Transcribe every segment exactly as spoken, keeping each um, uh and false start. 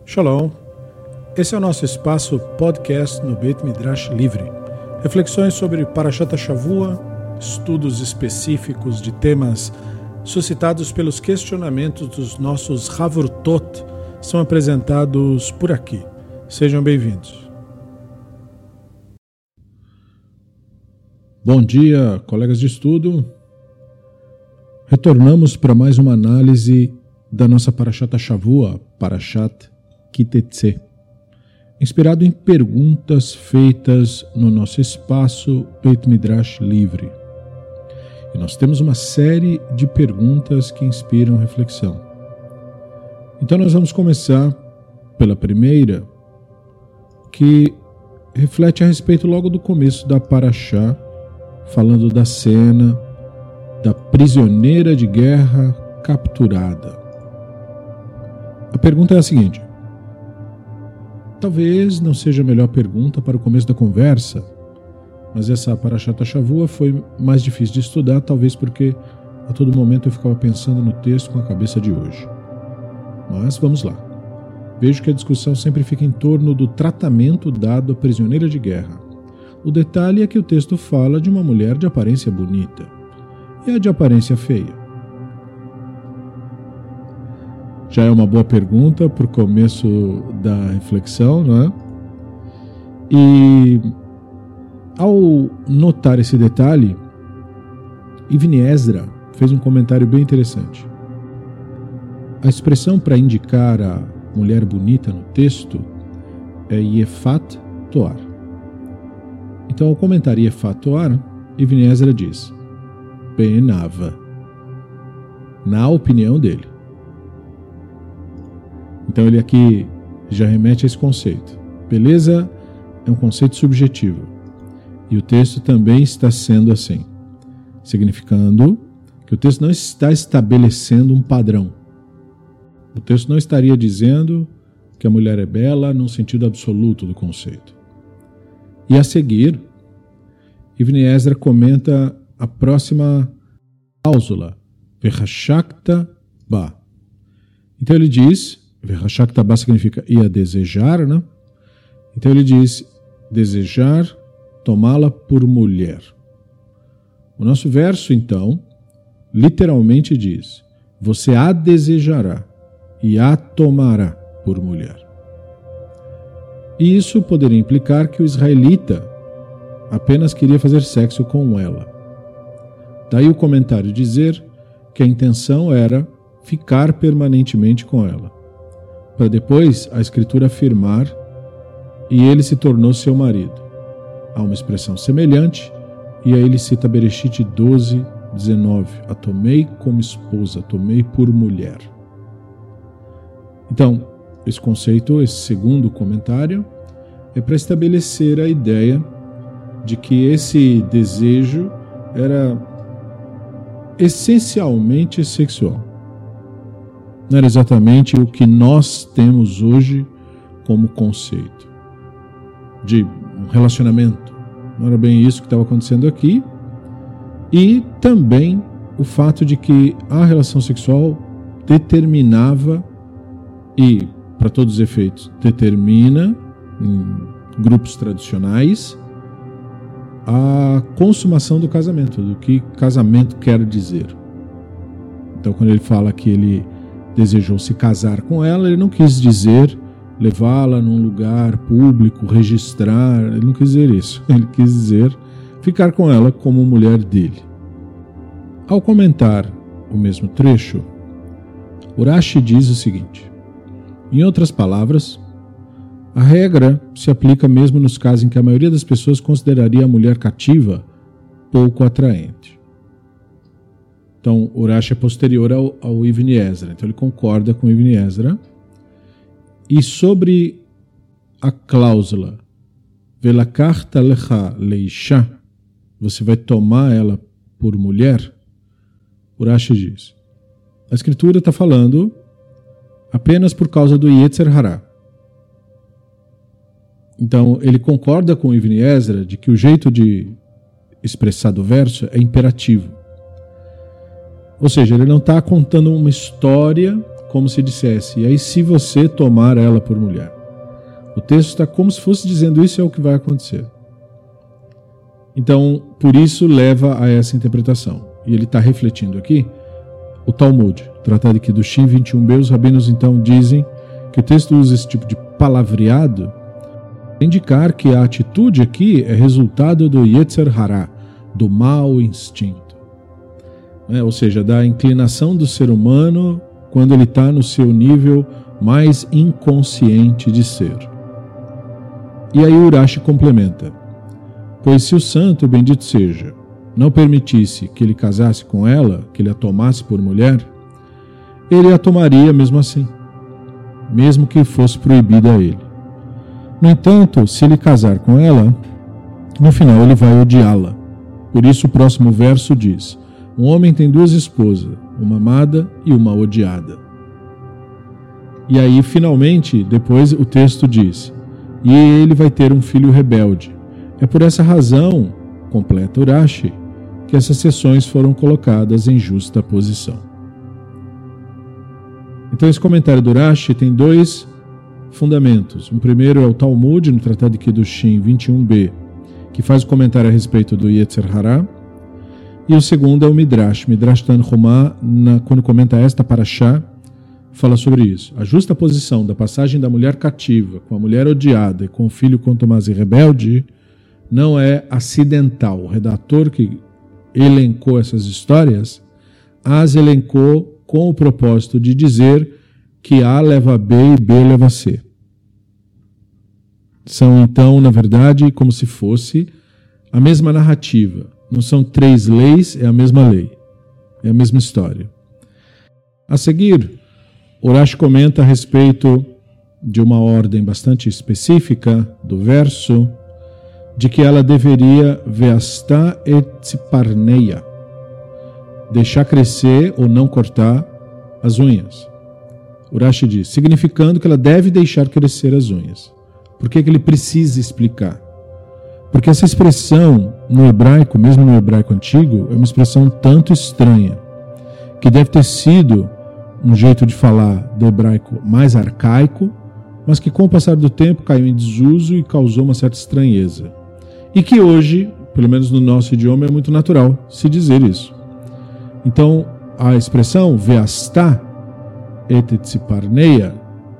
Shalom, esse é o nosso espaço podcast no Beit Midrash Livre. Reflexões sobre Parashat Shavua, estudos específicos de temas suscitados pelos questionamentos dos nossos Havurtot são apresentados por aqui. Sejam bem-vindos. Bom dia, colegas de estudo. Retornamos para mais uma análise da nossa Parashat Shavua, Parashat Kitetse, inspirado em perguntas feitas no nosso espaço Beit Midrash Livre. E nós temos uma série de perguntas que inspiram reflexão. Então nós vamos começar pela primeira, que reflete a respeito logo do começo da Parashá, falando da cena da prisioneira de guerra capturada. A pergunta é a seguinte: talvez não seja a melhor pergunta para o começo da conversa, mas essa Parashat Shavua foi mais difícil de estudar, talvez porque a todo momento eu ficava pensando no texto com a cabeça de hoje. Mas vamos lá. Vejo que a discussão sempre fica em torno do tratamento dado à prisioneira de guerra. O detalhe é que o texto fala de uma mulher de aparência bonita e a de aparência feia. Já é uma boa pergunta para o começo da reflexão, não é? E ao notar esse detalhe, Ibn Ezra fez um comentário bem interessante. A expressão para indicar a mulher bonita no texto é Yefat Toar. Então, ao comentar Yefat Toar, Ibn Ezra diz Benava, na opinião dele. Então ele aqui já remete a esse conceito. Beleza é um conceito subjetivo. E o texto também está sendo assim, significando que o texto não está estabelecendo um padrão. O texto não estaria dizendo que a mulher é bela num sentido absoluto do conceito. E a seguir, Ibn Ezra comenta a próxima cláusula, Vehashakta ba. Então ele diz, Vehashakta ba significa ia desejar, né? Então ele diz, desejar, tomá-la por mulher. O nosso verso, então, literalmente diz, você a desejará e a tomará por mulher. E isso poderia implicar que o israelita apenas queria fazer sexo com ela. Daí o comentário dizer que a intenção era ficar permanentemente com ela, para depois a escritura afirmar e ele se tornou seu marido. Há uma expressão semelhante e aí ele cita Bereshit doze, dezenove, a tomei como esposa, tomei por mulher. Então, esse conceito, esse segundo comentário, é para estabelecer a ideia de que esse desejo era essencialmente sexual. Não era exatamente o que nós temos hoje como conceito de um relacionamento. Não era bem isso que estava acontecendo aqui. E também o fato de que a relação sexual determinava e, para todos os efeitos, determina, em grupos tradicionais, a consumação do casamento, do que casamento quer dizer. Então, quando ele fala que ele desejou se casar com ela, ele não quis dizer levá-la num lugar público, registrar, ele não quis dizer isso. Ele quis dizer ficar com ela como mulher dele. Ao comentar o mesmo trecho, Urashi diz o seguinte: em outras palavras, a regra se aplica mesmo nos casos em que a maioria das pessoas consideraria a mulher cativa pouco atraente. Então, Urashi é posterior ao, ao Ibn Ezra, então ele concorda com o Ibn Ezra. E sobre a cláusula Velakachta lecha leisha, você vai tomar ela por mulher, Urashi diz, a escritura está falando apenas por causa do Yetzer Hará. Então, ele concorda com o Ibn Ezra de que o jeito de expressar do verso é imperativo. Ou seja, ele não está contando uma história como se dissesse, e aí se você tomar ela por mulher. O texto está como se fosse dizendo isso é o que vai acontecer. Então, por isso leva a essa interpretação. E ele está refletindo aqui o Talmud, tratado aqui do Shin vinte e um b. Os rabinos então dizem que o texto usa esse tipo de palavreado para indicar que a atitude aqui é resultado do Yetzer Hara, do mau instinto. É, ou seja, da inclinação do ser humano quando ele está no seu nível mais inconsciente de ser. E aí Urashi complementa: pois se o santo, bendito seja, não permitisse que ele casasse com ela, que ele a tomasse por mulher, ele a tomaria mesmo assim, mesmo que fosse proibida a ele. No entanto, se ele casar com ela, no final ele vai odiá-la. Por isso o próximo verso diz: um homem tem duas esposas, uma amada e uma odiada. E aí, finalmente, depois o texto diz: e ele vai ter um filho rebelde. É por essa razão, completa Urashi, que essas seções foram colocadas em justa posição. Então esse comentário do Urashi tem dois fundamentos. Um primeiro é o Talmud, no Tratado de Kiddushin vinte e um b, que faz o comentário a respeito do Yetzer Hara. E o segundo é o Midrash. Midrash Tanhumá, quando comenta esta parashá, fala sobre isso. A justa posição da passagem da mulher cativa com a mulher odiada e com o filho contumaz e rebelde não é acidental. O redator que elencou essas histórias as elencou com o propósito de dizer que A leva a B e B leva a C. São então, na verdade, como se fosse a mesma narrativa. Não são três leis, é a mesma lei. É a mesma história. A seguir, Urashi comenta a respeito de uma ordem bastante específica do verso, de que ela deveria veastá et tziparneia, deixar crescer ou não cortar as unhas. Urashi diz, significando que ela deve deixar crescer as unhas. Por que que ele precisa explicar? Porque essa expressão no hebraico, mesmo no hebraico antigo, é uma expressão tanto estranha, que deve ter sido um jeito de falar do hebraico mais arcaico, mas que com o passar do tempo caiu em desuso e causou uma certa estranheza. E que hoje, pelo menos no nosso idioma, é muito natural se dizer isso. Então, a expressão veastá et tziparneia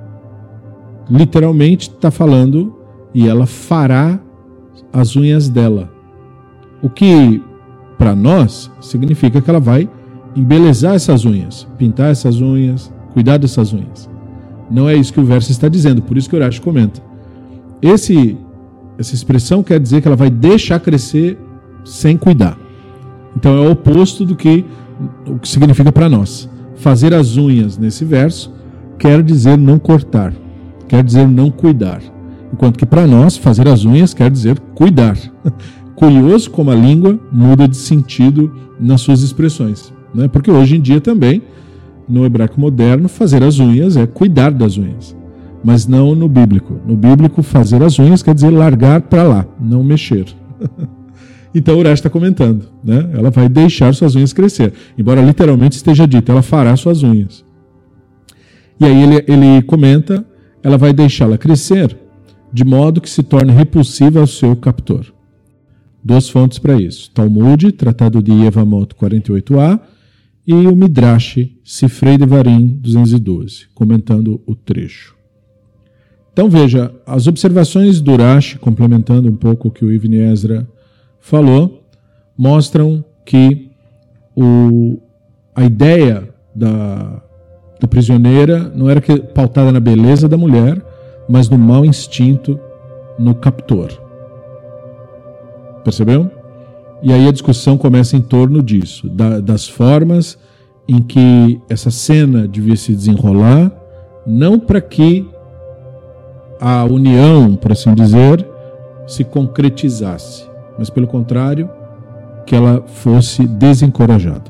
literalmente está falando e ela fará as unhas dela. O que, para nós, significa que ela vai embelezar essas unhas, pintar essas unhas, cuidar dessas unhas. Não é isso que o verso está dizendo, por isso que o Urashi comenta. Esse, essa expressão quer dizer que ela vai deixar crescer sem cuidar. Então é o oposto do que, o que significa para nós. Fazer as unhas nesse verso quer dizer não cortar, quer dizer não cuidar. Enquanto que para nós, fazer as unhas quer dizer cuidar. Curioso como a língua muda de sentido nas suas expressões. Né? Porque hoje em dia também, no hebraico moderno, fazer as unhas é cuidar das unhas. Mas não no bíblico. No bíblico, fazer as unhas quer dizer largar para lá, não mexer. Então o Urashi está comentando. Né? Ela vai deixar suas unhas crescer. Embora literalmente esteja dito, ela fará suas unhas. E aí ele, ele comenta, ela vai deixá-la crescer de modo que se torne repulsiva ao seu captor. Duas fontes para isso. Talmud, Tratado de Yevamot quarenta e oito a, e o Midrash, Sifrei Devarim duzentos e doze, comentando o trecho. Então veja, as observações do Urashi, complementando um pouco o que o Ibn Ezra falou, mostram que o, a ideia da, da prisioneira não era que, pautada na beleza da mulher, mas no mau instinto no captor. Percebeu? E aí a discussão começa em torno disso, da, das formas em que essa cena devia se desenrolar, não para que a união, por assim dizer, se concretizasse, mas pelo contrário, que ela fosse desencorajada.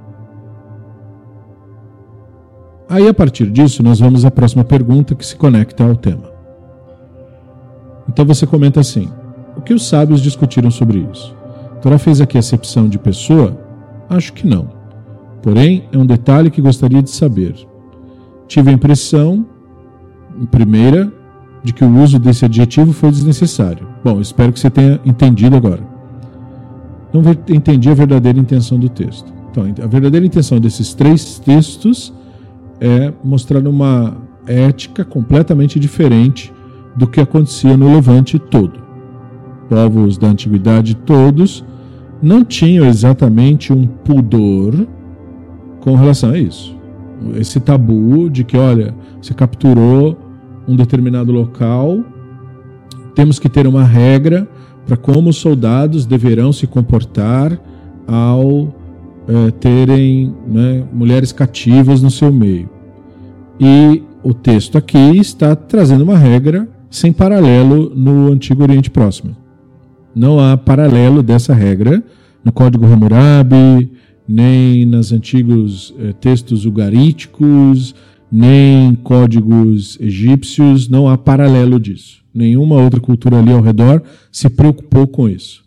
Aí, a partir disso, nós vamos à próxima pergunta que se conecta ao tema. Então você comenta assim, o que os sábios discutiram sobre isso? A Torá fez aqui acepção de pessoa? Acho que não. Porém, é um detalhe que gostaria de saber. tive a impressão, em primeira, de que o uso desse adjetivo foi desnecessário. Bom, espero que você tenha entendido agora. Não entendi a verdadeira intenção do texto. Então, a verdadeira intenção desses três textos é mostrar uma ética completamente diferente do que acontecia no Levante todo. Povos da antiguidade todos não tinham exatamente um pudor com relação a isso. Esse tabu de que, olha, você capturou um determinado local, temos que ter uma regra para como os soldados deverão se comportar ao é, terem, né, mulheres cativas no seu meio. E o texto aqui está trazendo uma regra sem paralelo no Antigo Oriente Próximo. Não há paralelo dessa regra no Código Hammurabi, nem nos antigos eh, textos ugaríticos, nem códigos egípcios, não há paralelo disso. Nenhuma outra cultura ali ao redor se preocupou com isso.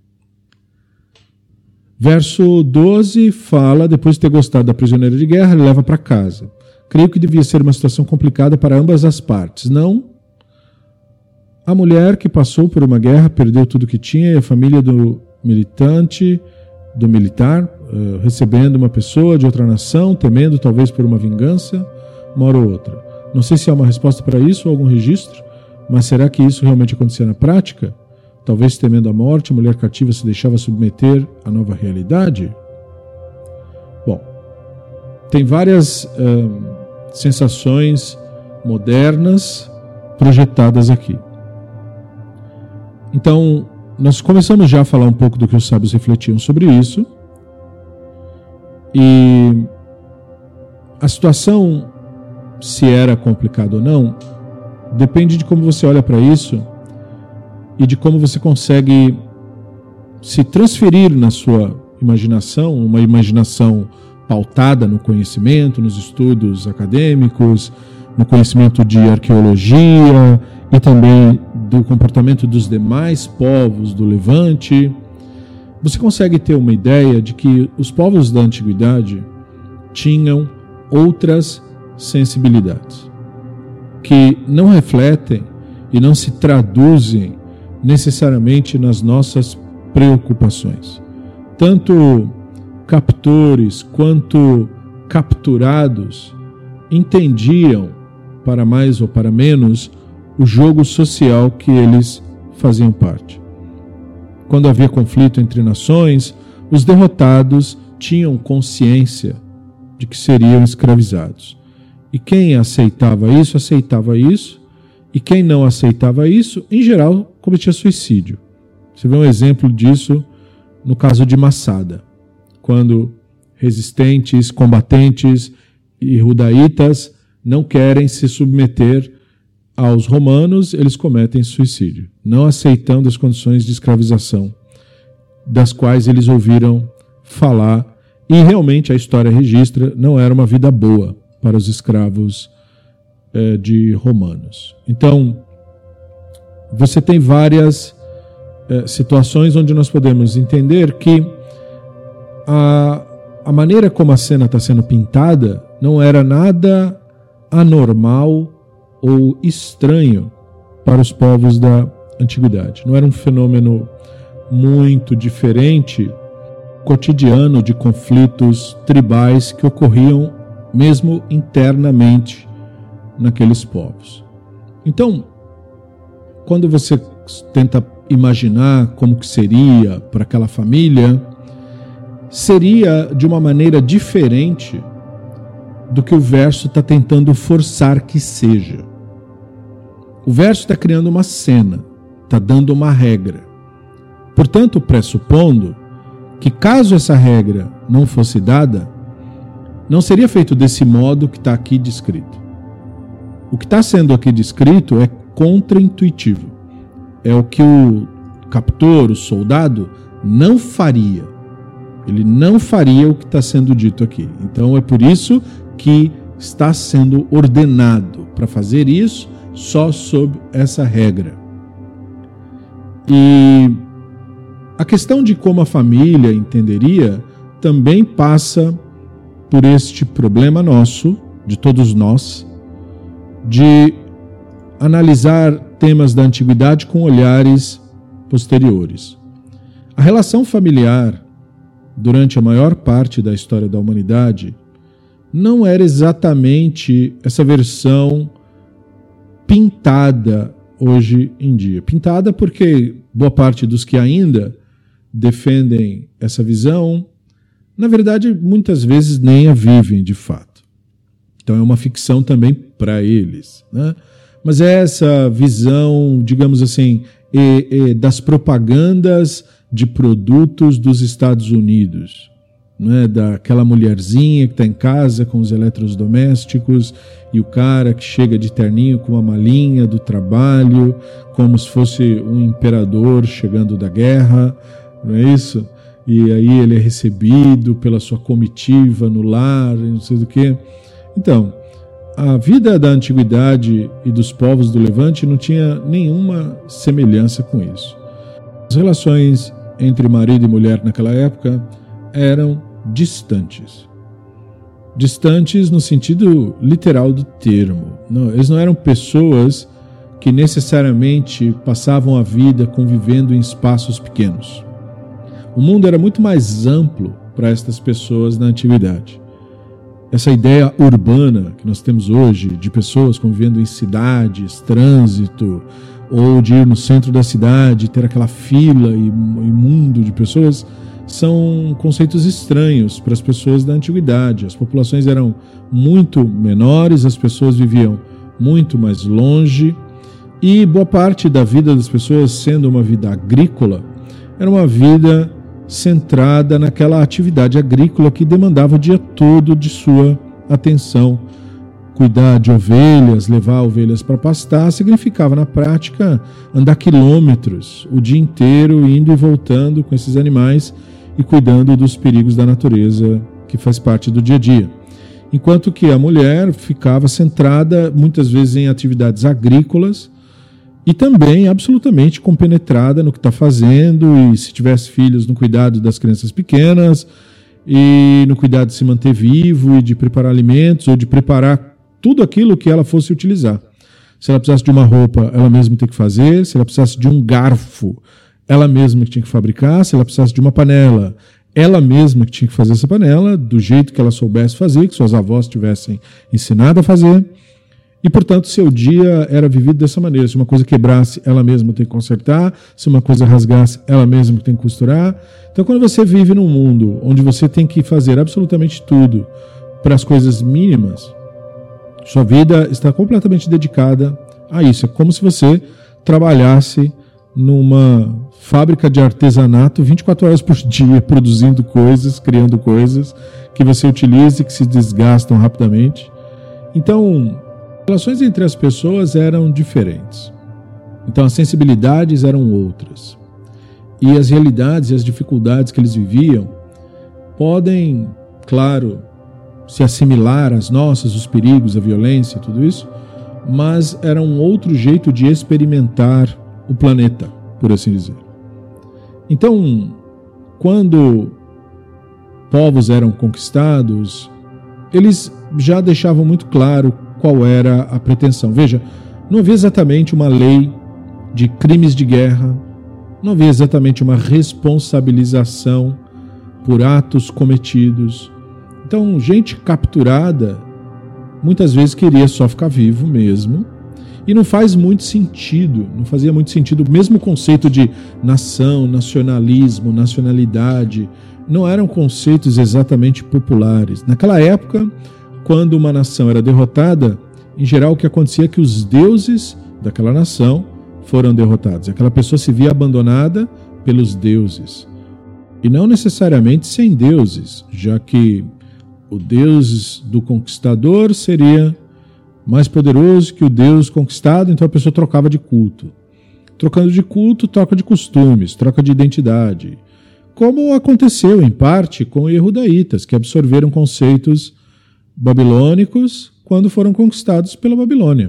Verso doze fala, depois de ter gostado da prisioneira de guerra, ele leva para casa. Creio que devia ser uma situação complicada para ambas as partes. Não. A mulher que passou por uma guerra, perdeu tudo que tinha, e a família do militante, do militar, uh, recebendo uma pessoa de outra nação, temendo talvez por uma vingança, uma hora ou outra. Não sei se há uma resposta para isso ou algum registro, mas será que isso realmente acontecia na prática? Talvez temendo a morte, a mulher cativa se deixava submeter à nova realidade? Bom, tem várias uh, sensações modernas projetadas aqui. Então, nós começamos já a falar um pouco do que os sábios refletiam sobre isso. E a situação, se era complicada ou não, depende de como você olha para isso e de como você consegue se transferir na sua imaginação, uma imaginação pautada no conhecimento, nos estudos acadêmicos, no conhecimento de arqueologia e também do comportamento dos demais povos do Levante. Você consegue ter uma ideia de que os povos da antiguidade tinham outras sensibilidades, que não refletem e não se traduzem necessariamente nas nossas preocupações. Tanto captores quanto capturados entendiam, para mais ou para menos, o jogo social que eles faziam parte. Quando havia conflito entre nações, os derrotados tinham consciência de que seriam escravizados. E quem aceitava isso, aceitava isso, e quem não aceitava isso, em geral, cometia suicídio. Você vê um exemplo disso no caso de Massada, quando resistentes, combatentes e judaítas não querem se submeter aos romanos, eles cometem suicídio, não aceitando as condições de escravização das quais eles ouviram falar, e realmente a história registra, não era uma vida boa para os escravos eh, de romanos. Então, você tem várias eh, situações onde nós podemos entender que a, a maneira como a cena está sendo pintada não era nada anormal ou estranho para os povos da antiguidade. Não era um fenômeno muito diferente, cotidiano, de conflitos tribais que ocorriam mesmo internamente naqueles povos. Então, quando você tenta imaginar como que seria para aquela família, seria de uma maneira diferente do que o verso está tentando forçar que seja. O verso está criando uma cena, está dando uma regra. Portanto, pressupondo que caso essa regra não fosse dada, não seria feito desse modo que está aqui descrito. O que está sendo aqui descrito é contraintuitivo. É o que o captor, o soldado, não faria. Ele não faria o que está sendo dito aqui. Então é por isso que está sendo ordenado para fazer isso só sob essa regra. E a questão de como a família entenderia também passa por este problema nosso de todos nós, de analisar temas da antiguidade com olhares posteriores. A relação familiar, durante a maior parte da história da humanidade, não era exatamente essa versão pintada hoje em dia. Pintada porque boa parte dos que ainda defendem essa visão, na verdade, muitas vezes nem a vivem de fato. Então é uma ficção também para eles, né? Mas é essa visão, digamos assim, e, e, das propagandas de produtos dos Estados Unidos, né? Daquela mulherzinha que está em casa com os eletrodomésticos e o cara que chega de terninho com uma malinha do trabalho, como se fosse um imperador chegando da guerra, não é isso? E aí ele é recebido pela sua comitiva no lar, não sei do que. Então, a vida da antiguidade e dos povos do Levante não tinha nenhuma semelhança com isso. As relações entre marido e mulher naquela época eram distantes. Distantes no sentido literal do termo. Não, eles não eram pessoas que necessariamente passavam a vida convivendo em espaços pequenos. O mundo era muito mais amplo para estas pessoas na antiguidade. Essa ideia urbana que nós temos hoje, de pessoas convivendo em cidades, trânsito, ou de ir no centro da cidade, ter aquela fila e mundo de pessoas, são conceitos estranhos para as pessoas da antiguidade. As populações eram muito menores, as pessoas viviam muito mais longe, e boa parte da vida das pessoas, sendo uma vida agrícola, era uma vida centrada naquela atividade agrícola que demandava o dia todo de sua atenção. Cuidar de ovelhas, levar ovelhas para pastar, significava na prática andar quilômetros o dia inteiro, indo e voltando com esses animais e cuidando dos perigos da natureza que faz parte do dia a dia. Enquanto que a mulher ficava centrada muitas vezes em atividades agrícolas e também absolutamente compenetrada no que está fazendo, e se tivesse filhos, no cuidado das crianças pequenas, e no cuidado de se manter vivo e de preparar alimentos, ou de preparar tudo aquilo que ela fosse utilizar. Se ela precisasse de uma roupa, ela mesma tem que fazer. Se ela precisasse de um garfo, ela mesma que tinha que fabricar. Se ela precisasse de uma panela, ela mesma que tinha que fazer essa panela, do jeito que ela soubesse fazer, que suas avós tivessem ensinado a fazer. E, portanto, seu dia era vivido dessa maneira. Se uma coisa quebrasse, ela mesma tem que consertar. Se uma coisa rasgasse, ela mesma tem que costurar. Então, quando você vive num mundo onde você tem que fazer absolutamente tudo para as coisas mínimas, sua vida está completamente dedicada a isso. É como se você trabalhasse numa fábrica de artesanato vinte e quatro horas por dia, produzindo coisas, criando coisas que você utiliza e que se desgastam rapidamente. Então, as relações entre as pessoas eram diferentes. Então as sensibilidades eram outras. E as realidades e as dificuldades que eles viviam podem, claro, se assimilar às nossas, os perigos, a violência, tudo isso, mas era um outro jeito de experimentar o planeta, por assim dizer. Então, quando povos eram conquistados, eles já deixavam muito claro qual era a pretensão. Veja, não havia exatamente uma lei de crimes de guerra, não havia exatamente uma responsabilização por atos cometidos. Então, gente capturada muitas vezes queria só ficar vivo mesmo, e não faz muito sentido, não fazia muito sentido, o mesmo conceito de nação, nacionalismo, nacionalidade, não eram conceitos exatamente populares. Naquela época, quando uma nação era derrotada, em geral o que acontecia é que os deuses daquela nação foram derrotados. Aquela pessoa se via abandonada pelos deuses. E não necessariamente sem deuses, já que o deus do conquistador seria mais poderoso que o deus conquistado, então a pessoa trocava de culto. Trocando de culto, troca de costumes, troca de identidade. Como aconteceu, em parte, com os Yehudaítas, que absorveram conceitos babilônicos quando foram conquistados pela Babilônia.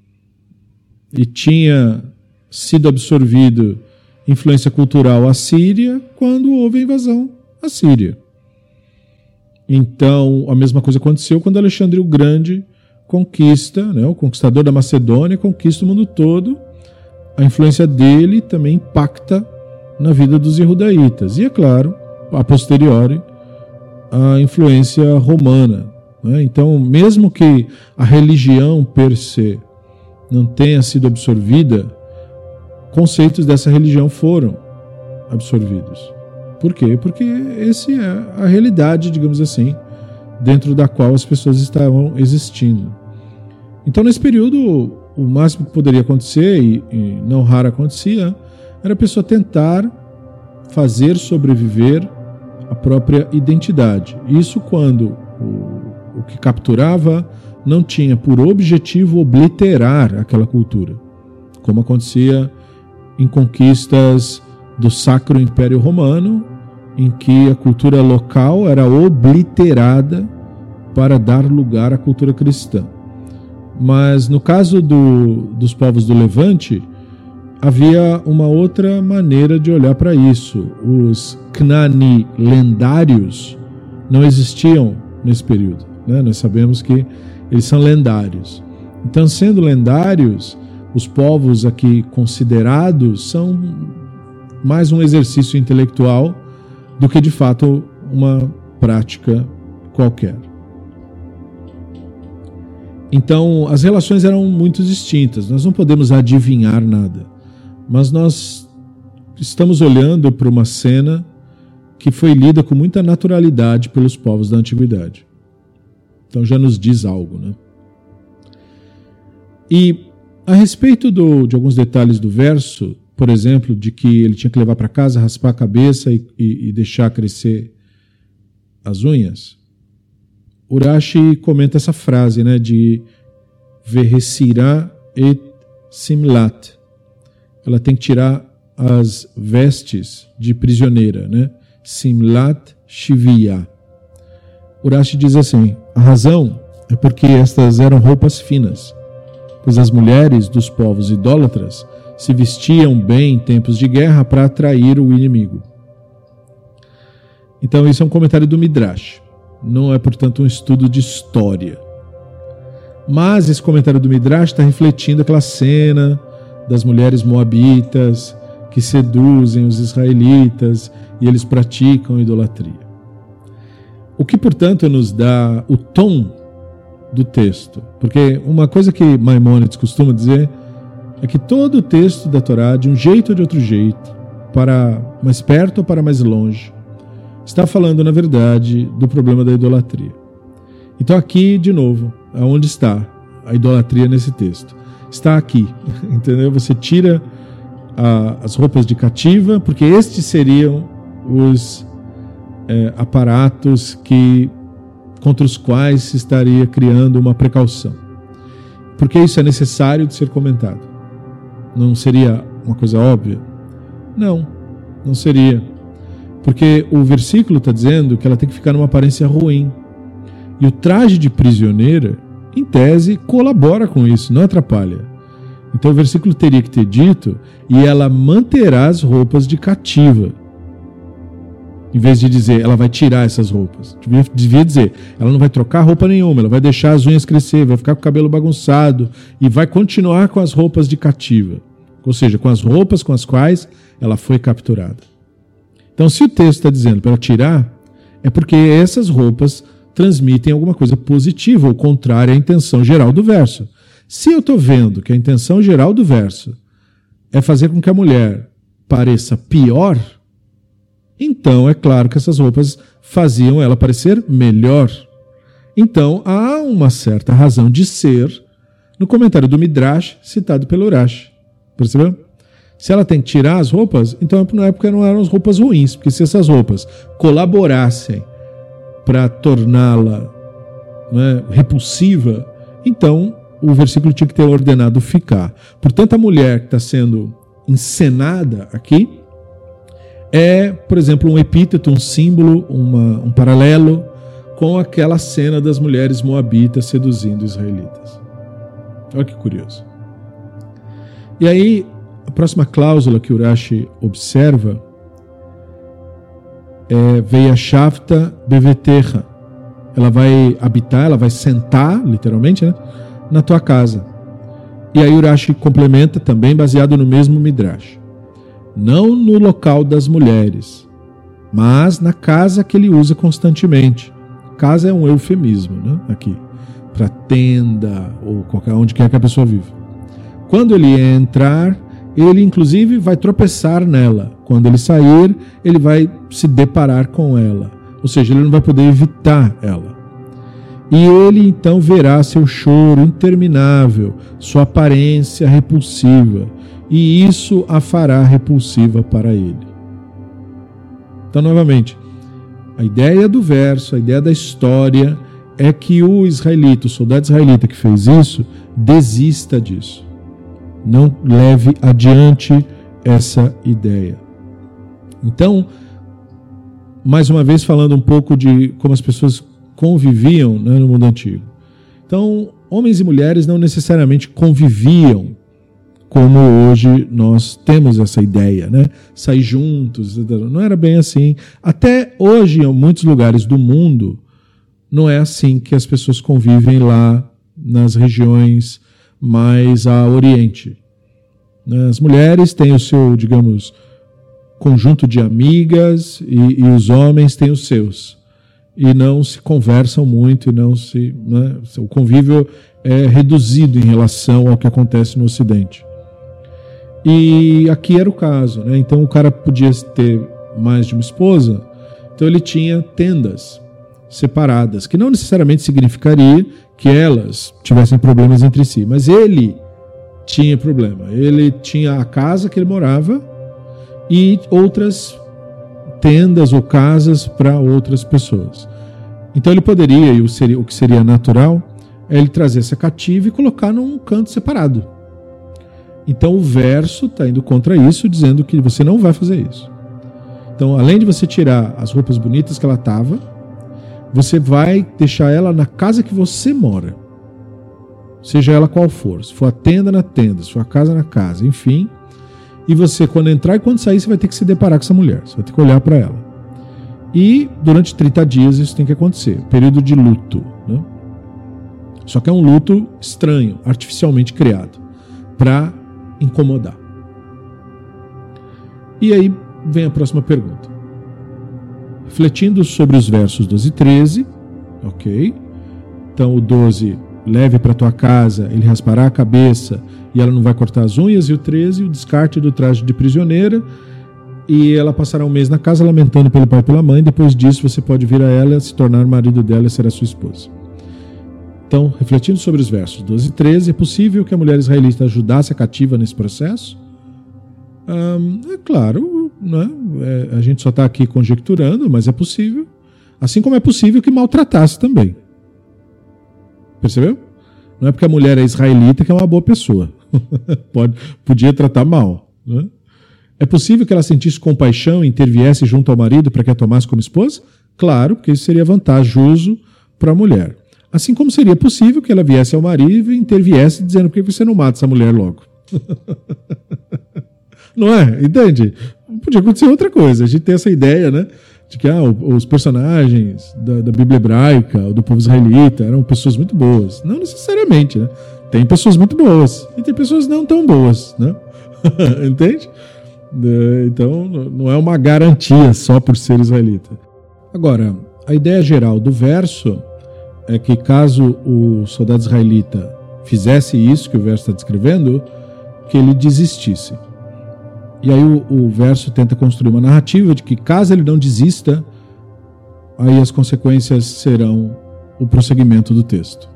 E tinha sido absorvido influência cultural assíria quando houve a invasão assíria. Então, a mesma coisa aconteceu quando Alexandre o Grande conquista, né, o conquistador da Macedônia, conquista o mundo todo. A influência dele também impacta na vida dos Yehudaitas. E, é claro, a posteriori, a influência romana. Né? Então, mesmo que a religião per se não tenha sido absorvida, conceitos dessa religião foram absorvidos. Por quê? Porque essa é a realidade, digamos assim, dentro da qual as pessoas estavam existindo. Então, nesse período, o máximo que poderia acontecer, e, e não raro acontecia, era a pessoa tentar fazer sobreviver a própria identidade. Isso quando o, o que capturava não tinha por objetivo obliterar aquela cultura, como acontecia em conquistas do Sacro Império Romano, em que a cultura local era obliterada para dar lugar à cultura cristã. Mas no caso do, dos povos do Levante, havia uma outra maneira de olhar para isso. Os Cnani lendários não existiam nesse período, né? Nós sabemos que eles são lendários. Então, sendo lendários, os povos aqui considerados são mais um exercício intelectual do que, de fato, uma prática qualquer. Então, as relações eram muito distintas. Nós não podemos adivinhar nada, mas nós estamos olhando para uma cena que foi lida com muita naturalidade pelos povos da antiguidade. Então já nos diz algo, né? E a respeito do, de alguns detalhes do verso, por exemplo, de que ele tinha que levar para casa, raspar a cabeça e, e, e deixar crescer as unhas, Urashi comenta essa frase, né, de Vehesirá et simlat. Ela tem que tirar as vestes de prisioneira, né? Simlat shivia. Urashi diz assim: a razão é porque estas eram roupas finas, pois as mulheres dos povos idólatras se vestiam bem em tempos de guerra para atrair o inimigo. Então isso é um comentário do Midrash, não é, portanto, um estudo de história. Mas esse comentário do Midrash está refletindo aquela cena das mulheres moabitas que seduzem os israelitas e eles praticam idolatria. O que, portanto, nos dá o tom do texto. Porque uma coisa que Maimônides costuma dizer é que todo o texto da Torá, de um jeito ou de outro jeito, para mais perto ou para mais longe, está falando, na verdade, do problema da idolatria. Então aqui, de novo, aonde está a idolatria nesse texto? Está aqui, entendeu? Você tira a, as roupas de cativa, porque estes seriam os é, aparatos que, contra os quais se estaria criando uma precaução. Porque isso é necessário de ser comentado. Não seria uma coisa óbvia? Não, não seria. Porque o versículo está dizendo que ela tem que ficar numa aparência ruim. E o traje de prisioneira, em tese, colabora com isso, não atrapalha. Então o versículo teria que ter dito: e ela manterá as roupas de cativa. Em vez de dizer, ela vai tirar essas roupas. Devia, devia dizer, ela não vai trocar roupa nenhuma, ela vai deixar as unhas crescer, vai ficar com o cabelo bagunçado e vai continuar com as roupas de cativa. Ou seja, com as roupas com as quais ela foi capturada. Então, se o texto está dizendo para ela tirar, é porque essas roupas transmitem alguma coisa positiva ou contrária à intenção geral do verso. Se eu estou vendo que a intenção geral do verso é fazer com que a mulher pareça pior, então é claro que essas roupas faziam ela parecer melhor. Então há uma certa razão de ser no comentário do Midrash citado pelo Urashi. Percebeu? Se ela tem que tirar as roupas, então na época não eram as roupas ruins, porque se essas roupas colaborassem para torná-la, né, repulsiva, então o versículo tinha que ter ordenado ficar. Portanto, a mulher que está sendo encenada aqui é, por exemplo, um epíteto, um símbolo, uma, um paralelo com aquela cena das mulheres moabitas seduzindo israelitas. Olha que curioso. E aí, a próxima cláusula que Urashi observa é Veiashavta beveterra, ela vai habitar, ela vai sentar, literalmente, né, na tua casa. E aí Urashi complementa também, baseado no mesmo Midrash. Não no local das mulheres, mas na casa que ele usa constantemente. Casa é um eufemismo, né, aqui, para tenda ou qualquer onde quer que a pessoa viva. Quando ele entrar, ele inclusive vai tropeçar nela. Quando ele sair, ele vai se deparar com ela. Ou seja, ele não vai poder evitar ela. E ele então verá seu choro interminável, sua aparência repulsiva, e isso a fará repulsiva para ele. Então, novamente, a ideia do verso, a ideia da história é que o israelita, o soldado israelita que fez isso, desista disso. Não leve adiante essa ideia. Então, mais uma vez falando um pouco de como as pessoas conviviam, né, no mundo antigo. Então, homens e mulheres não necessariamente conviviam como hoje nós temos essa ideia, né? Sair juntos, não era bem assim. Até hoje, em muitos lugares do mundo, não é assim que as pessoas convivem lá nas regiões mais a oriente. As mulheres têm o seu, digamos, conjunto de amigas e, e os homens têm os seus. E não se conversam muito, e não se, né, o convívio é reduzido em relação ao que acontece no Ocidente. E aqui era o caso, né? Então o cara podia ter mais de uma esposa, então ele tinha tendas separadas, que não necessariamente significaria que elas tivessem problemas entre si, mas ele tinha problema. Ele tinha a casa que ele morava e outras tendas ou casas para outras pessoas. Então ele poderia, e o, seria, o que seria natural, é ele trazer essa cativa e colocar num canto separado. Então o verso está indo contra isso, dizendo que você não vai fazer isso. Então, além de você tirar as roupas bonitas que ela estava, você vai deixar ela na casa que você mora. Seja ela qual for. Se for a tenda, na tenda. Se for a casa, na casa. Enfim. E você, quando entrar e quando sair, você vai ter que se deparar com essa mulher. Você vai ter que olhar para ela. E durante trinta dias isso tem que acontecer. Período de luto. Né? Só que é um luto estranho, artificialmente criado, para incomodar. E aí vem a próxima pergunta. Refletindo sobre os versos doze e treze, ok? Então o doze, leve para tua casa, ele raspará a cabeça e ela não vai cortar as unhas, e o treze, o descarte do traje de prisioneira, e ela passará um mês na casa lamentando pelo pai e pela mãe, depois disso você pode vir a ela, se tornar marido dela e será sua esposa. Então, refletindo sobre os versos doze e treze, é possível que a mulher israelita ajudasse a cativa nesse processo? Hum, é claro, né? é, a gente só está aqui conjecturando, mas é possível. Assim como é possível que maltratasse também. Percebeu? Não é porque a mulher é israelita que é uma boa pessoa. Pode, podia tratar mal. Né? É possível que ela sentisse compaixão e interviesse junto ao marido para que a tomasse como esposa? Claro, porque isso seria vantajoso para a mulher. Assim como seria possível que ela viesse ao marido e interviesse dizendo: por que você não mata essa mulher logo? Não é? Entende? Podia acontecer outra coisa. A gente tem essa ideia, né? De que ah, os personagens da, da Bíblia hebraica, ou do povo israelita, eram pessoas muito boas. Não necessariamente, né? Tem pessoas muito boas e tem pessoas não tão boas, né? Entende? Então, não é uma garantia só por ser israelita. Agora, a ideia geral do verso é que caso o soldado israelita fizesse isso que o verso está descrevendo, que ele desistisse. E aí o, o verso tenta construir uma narrativa de que caso ele não desista, aí as consequências serão o prosseguimento do texto.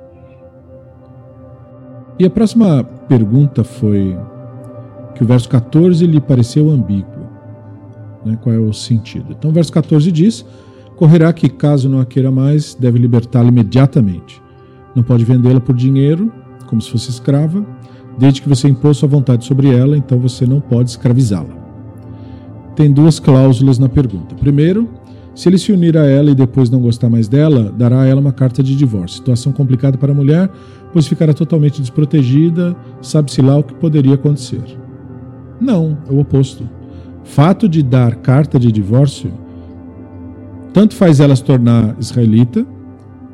E a próxima pergunta foi que o verso catorze lhe pareceu ambíguo. Né? Qual é o sentido? Então o verso catorze diz: correrá que, caso não a queira mais, deve libertá-la imediatamente. Não pode vendê-la por dinheiro, como se fosse escrava, desde que você impôs sua vontade sobre ela, então você não pode escravizá-la. Tem duas cláusulas na pergunta. Primeiro, se ele se unir a ela e depois não gostar mais dela, dará a ela uma carta de divórcio. Situação complicada para a mulher, pois ficará totalmente desprotegida, sabe-se lá o que poderia acontecer. Não, é o oposto. Fato de dar carta de divórcio tanto faz ela se tornar israelita,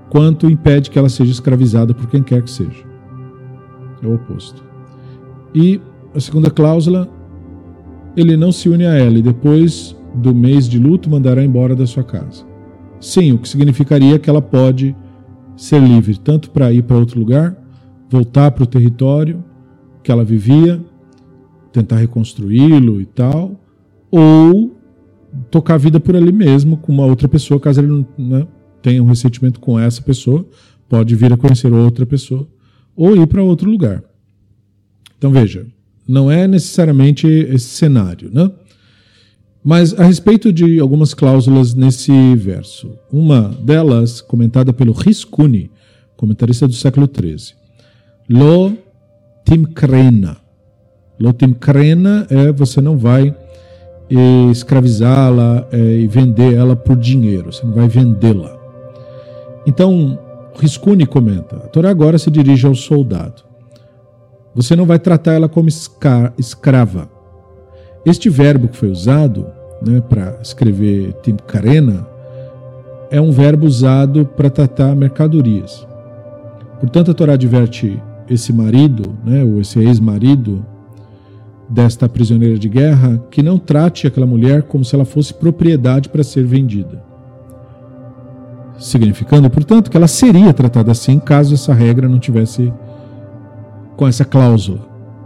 quanto impede que ela seja escravizada por quem quer que seja. É o oposto. E a segunda cláusula, ele não se une a ela e depois do mês de luto mandará embora da sua casa. Sim, o que significaria que ela pode ser livre, tanto para ir para outro lugar, voltar para o território que ela vivia, tentar reconstruí-lo e tal, ou tocar a vida por ali mesmo com uma outra pessoa, caso ele não, né, tenha um ressentimento com essa pessoa, pode vir a conhecer outra pessoa, ou ir para outro lugar. Então veja, não é necessariamente esse cenário, né? Mas a respeito de algumas cláusulas nesse verso, uma delas comentada pelo Riscuni, comentarista do século treze, Lo timkrena. Lo timkrena é você não vai escravizá-la é, e vender ela por dinheiro, você não vai vendê-la. Então, Riscuni comenta, a Torá agora se dirige ao soldado. Você não vai tratar ela como esca- escrava. Este verbo que foi usado, né, para escrever timkarena, é um verbo usado para tratar mercadorias. Portanto, a Torá adverte esse marido, né, ou esse ex-marido desta prisioneira de guerra, que não trate aquela mulher como se ela fosse propriedade para ser vendida. Significando, portanto, que ela seria tratada assim caso essa regra não tivesse com essa cláusula.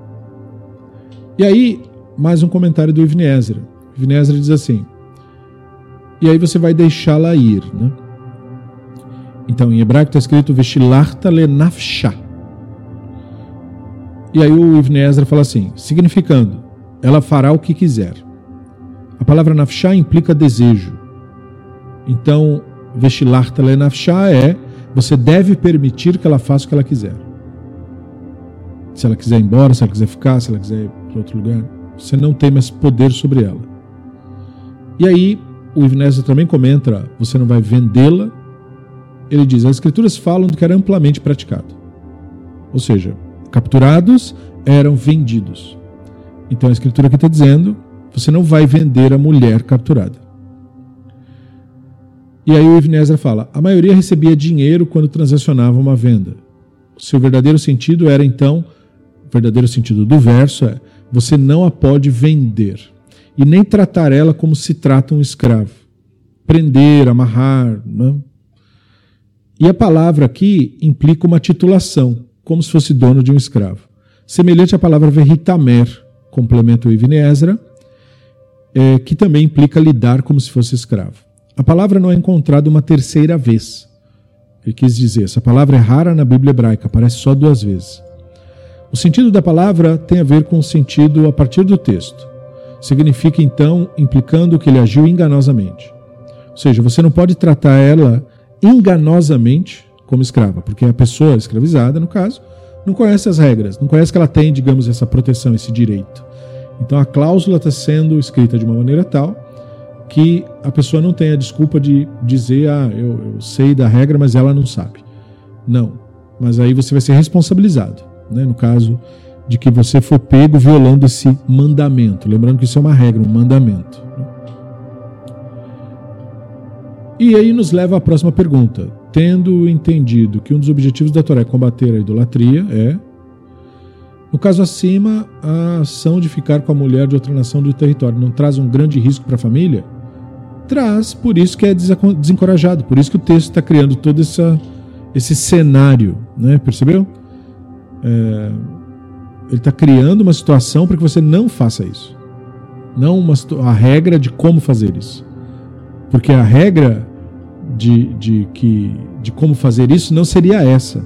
E aí, mais um comentário do Ibn Ezra. Ibn Ezra diz assim, e aí você vai deixá-la ir, né? Então, em hebraico está escrito Veshilarta le nafsha. E aí o Ibn Ezra fala assim, significando, ela fará o que quiser. A palavra nafsha implica desejo. Então, Veshilarta le nafsha é, você deve permitir que ela faça o que ela quiser. Se ela quiser ir embora, se ela quiser ficar, se ela quiser ir para outro lugar, você não tem mais poder sobre ela. E aí, o Ibn Ezra também comenta, você não vai vendê-la. Ele diz, as escrituras falam do que era amplamente praticado. Ou seja, capturados eram vendidos. Então a escritura aqui está dizendo, você não vai vender a mulher capturada. E aí o Ibn Ezra fala, a maioria recebia dinheiro quando transacionava uma venda. O seu verdadeiro sentido era então, o verdadeiro sentido do verso é, você não a pode vender. E nem tratar ela como se trata um escravo. Prender, amarrar, né? E a palavra aqui implica uma titulação, como se fosse dono de um escravo. Semelhante à palavra veritamer, complementa o Ibn Ezra, é, que também implica lidar como se fosse escravo. A palavra não é encontrada uma terceira vez. Ele quis dizer, essa palavra é rara na Bíblia hebraica, aparece só duas vezes. O sentido da palavra tem a ver com o sentido a partir do texto. Significa, então, implicando que ele agiu enganosamente. Ou seja, você não pode tratar ela enganosamente como escrava, porque a pessoa escravizada, no caso, não conhece as regras, não conhece que ela tem, digamos, essa proteção, esse direito. Então a cláusula está sendo escrita de uma maneira tal que a pessoa não tem a desculpa de dizer, ah, eu, eu sei da regra, mas ela não sabe. Não, mas aí você vai ser responsabilizado, né, no caso de que você for pego violando esse mandamento. Lembrando que isso é uma regra, um mandamento. E aí nos leva à próxima pergunta. Tendo entendido que um dos objetivos da Torá é combater a idolatria, é, no caso acima, a ação de ficar com a mulher de outra nação do território não traz um grande risco para a família? Traz, por isso que é desencorajado, por isso que o texto está criando todo essa, esse cenário, né? Percebeu? É, ele está criando uma situação para que você não faça isso. Não uma, a regra de como fazer isso. Porque a regra de, de, que, de como fazer isso não seria essa.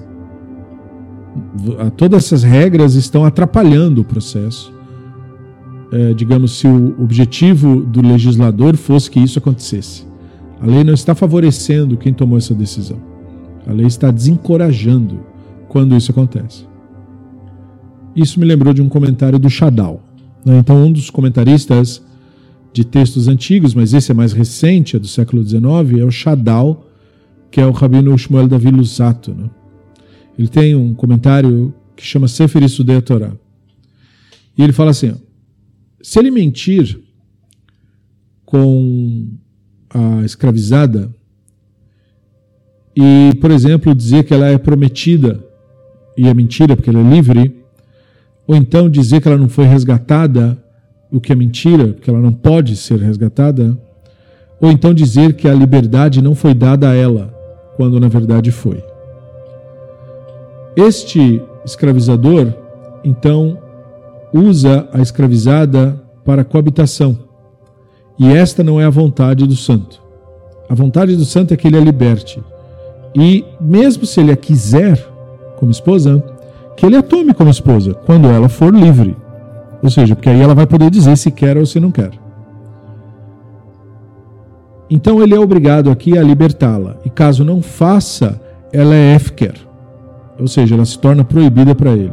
Todas essas regras estão atrapalhando o processo. É, digamos, se o objetivo do legislador fosse que isso acontecesse. A lei não está favorecendo quem tomou essa decisão. A lei está desencorajando quando isso acontece. Isso me lembrou de um comentário do Shadal. Então, um dos comentaristas de textos antigos, mas esse é mais recente, é do século dezenove, é o Shadal, que é o Rabino Shmuel Davi Luzzatto, né? Ele tem um comentário que chama Sefer Yisudei Torá. E ele fala assim, ó, se ele mentir com a escravizada, E, por exemplo, dizer que ela é prometida e é mentira porque ela é livre, ou então dizer que ela não foi resgatada, o que é mentira, porque ela não pode ser resgatada, ou então dizer que a liberdade não foi dada a ela, quando na verdade foi. Este escravizador, então, usa a escravizada para coabitação. E esta não é a vontade do santo. A vontade do santo é que ele a liberte. E mesmo se ele a quiser como esposa, que ele a tome como esposa, quando ela for livre. Ou seja, porque aí ela vai poder dizer se quer ou se não quer. Então ele é obrigado aqui a libertá-la. E caso não faça, ela é efker. Ou seja, ela se torna proibida para ele.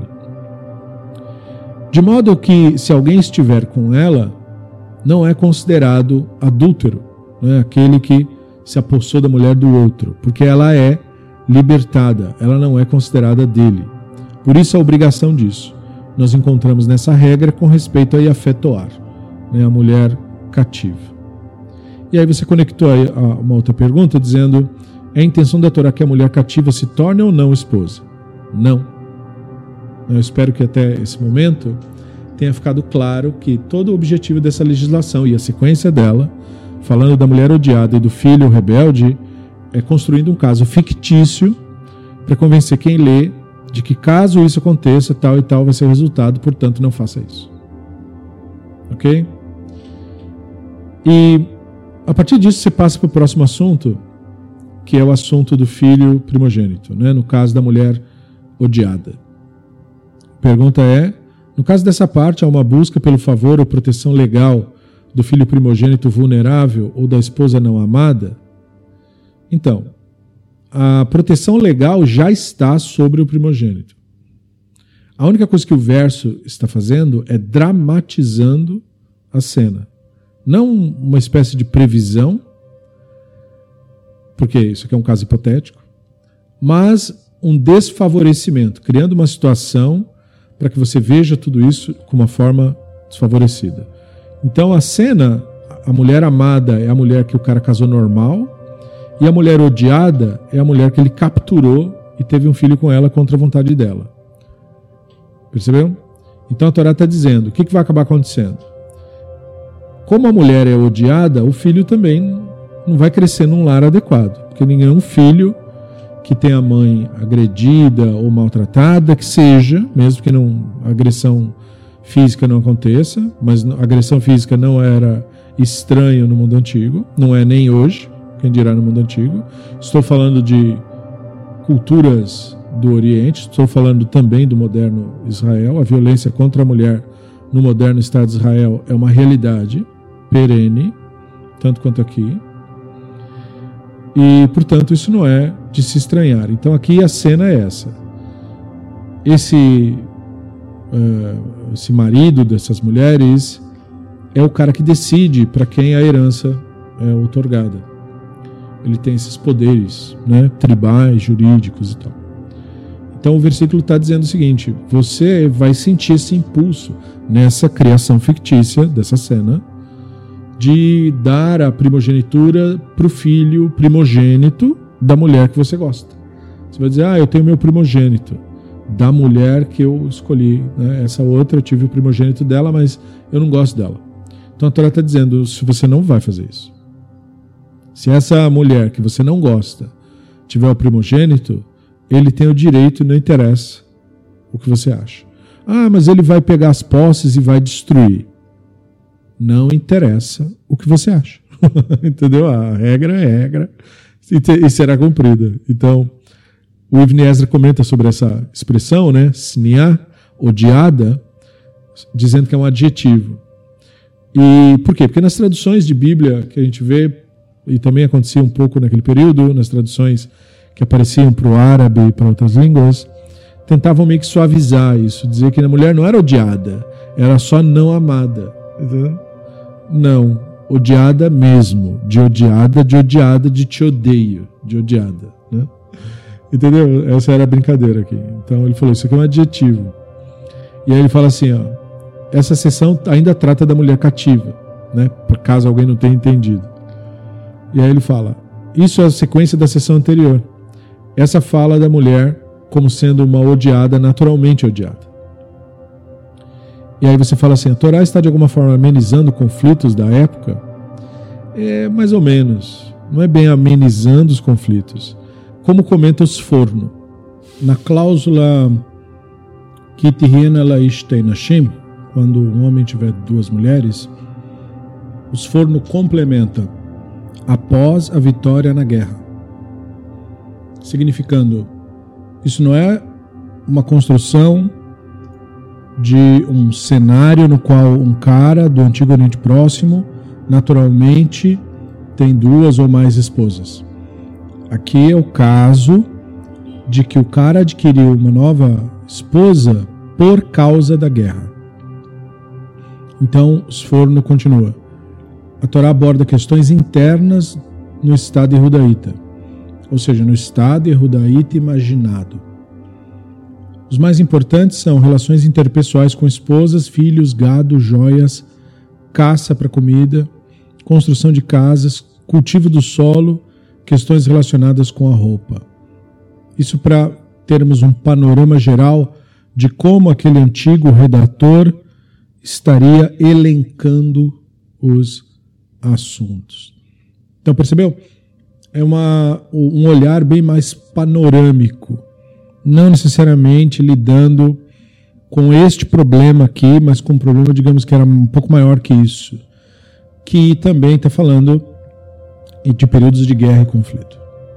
De modo que, se alguém estiver com ela, não é considerado adúltero, né? Aquele que se apossou da mulher do outro, porque ela é libertada, ela não é considerada dele. Por isso a obrigação disso. Nós encontramos nessa regra com respeito a Yafé Toar, né? A mulher cativa. E aí você conectou aí a uma outra pergunta dizendo: é a intenção da Torá que a mulher cativa se torne ou não esposa? Não. Eu espero que até esse momento tenha ficado claro que todo o objetivo dessa legislação e a sequência dela, falando da mulher odiada e do filho rebelde, é construindo um caso fictício para convencer quem lê de que caso isso aconteça, tal e tal vai ser o resultado, portanto não faça isso. Ok? E a partir disso você passa para o próximo assunto, que é o assunto do filho primogênito, né? No caso da mulher odiada. A pergunta é: no caso dessa parte, há uma busca pelo favor ou proteção legal do filho primogênito vulnerável ou da esposa não amada? Então, a proteção legal já está sobre o primogênito. A única coisa que o verso está fazendo é dramatizando a cena. Não uma espécie de previsão, porque isso aqui é um caso hipotético, mas um desfavorecimento, criando uma situação para que você veja tudo isso com uma forma desfavorecida. Então a cena, a mulher amada é a mulher que o cara casou normal, e a mulher odiada é a mulher que ele capturou e teve um filho com ela contra a vontade dela. Percebeu? Então a Torá está dizendo, o que, que vai acabar acontecendo? Como a mulher é odiada, o filho também não vai crescer num lar adequado, porque nenhum filho que tem a mãe agredida ou maltratada, que seja, mesmo que não, a agressão física não aconteça, mas a agressão física não era estranho no mundo antigo, não é nem hoje, quem dirá no mundo antigo. Estou falando de culturas do Oriente, estou falando também do moderno Israel. A violência contra a mulher no moderno Estado de Israel é uma realidade perene, tanto quanto aqui. E, portanto, isso não é de se estranhar. Então, aqui a cena é essa. Esse, uh, esse marido dessas mulheres é o cara que decide para quem a herança é outorgada. Ele tem esses poderes, né, tribais, jurídicos e tal. Então, o versículo está dizendo o seguinte: você vai sentir esse impulso nessa criação fictícia dessa cena de dar a primogenitura para o filho primogênito da mulher que você gosta. Você vai dizer: ah, eu tenho meu primogênito da mulher que eu escolhi, né? Essa outra eu tive o primogênito dela, mas eu não gosto dela. Então a Torá está dizendo: se você não vai fazer isso, se essa mulher que você não gosta tiver o primogênito, ele tem o direito, não interessa o que você acha. Ah, mas ele vai pegar as posses e vai destruir. Não interessa o que você acha. Entendeu? A regra é regra e será cumprida. Então, o Ibn Ezra comenta sobre essa expressão, né? Sniá, odiada, dizendo que é um adjetivo. E por quê? Porque nas traduções de Bíblia que a gente vê, e também acontecia um pouco naquele período, nas traduções que apareciam para o árabe e para outras línguas, tentavam meio que suavizar isso, dizer que a mulher não era odiada, era só não amada. Entendeu? Não, odiada mesmo, de odiada, de odiada, de te odeio, de odiada. Né? Entendeu? Essa era a brincadeira aqui. Então ele falou, isso aqui é um adjetivo. E aí ele fala assim, ó, essa seção ainda trata da mulher cativa, né? Por caso alguém não tenha entendido. E aí ele fala, isso é a sequência da seção anterior. essa fala da mulher como sendo uma odiada, naturalmente odiada. E aí você fala assim, a Torá está de alguma forma amenizando conflitos da época? É mais ou menos, não é bem amenizando os conflitos. Como comenta os Forno, na cláusula que Tihiena Laishtei Nashim, quando um homem tiver duas mulheres, os Forno complementa após a vitória na guerra, significando, isso não é uma construção de um cenário no qual um cara do Antigo Oriente Próximo naturalmente tem duas ou mais esposas. Aqui é o caso de que o cara adquiriu uma nova esposa por causa da guerra. Então, Sforno continua. A Torá aborda questões internas no Estado Yehudaíta, ou seja, no Estado Yehudaíta imaginado. Os mais importantes são relações interpessoais com esposas, filhos, gado, joias, caça para comida, construção de casas, cultivo do solo, questões relacionadas com a roupa. Isso para termos um panorama geral de como aquele antigo redator estaria elencando os assuntos. Então, percebeu? É uma, um olhar bem mais panorâmico, não necessariamente lidando com este problema aqui, mas com um problema, digamos, que era um pouco maior que isso, que também está falando de períodos de guerra e conflito.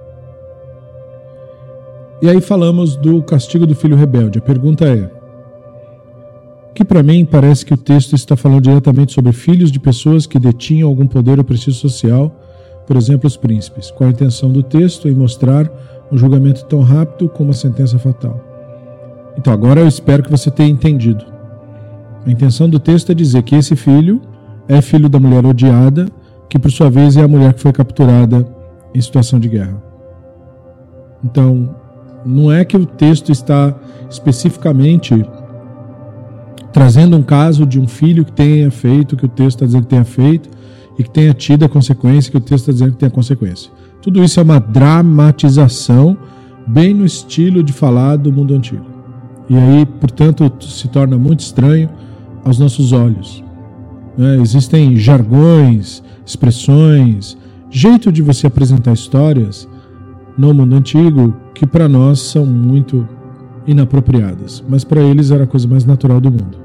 E aí falamos do castigo do filho rebelde. A pergunta é, que para mim parece que o texto está falando diretamente sobre filhos de pessoas que detinham algum poder ou prestígio social, por exemplo, os príncipes, com a intenção do texto em mostrar um julgamento tão rápido como uma sentença fatal. Então agora eu espero que você tenha entendido. A intenção do texto é dizer que esse filho é filho da mulher odiada, que por sua vez é a mulher que foi capturada em situação de guerra. Então, não é que o texto está especificamente trazendo um caso de um filho que tenha feito o que o texto está dizendo que tenha feito e que tenha tido a consequência que o texto está dizendo que tenha consequência. Tudo isso é uma dramatização bem no estilo de falar do mundo antigo. E aí, portanto, se torna muito estranho aos nossos olhos. Né? Existem jargões, expressões, jeito de você apresentar histórias no mundo antigo que para nós são muito inapropriadas, mas para eles era a coisa mais natural do mundo.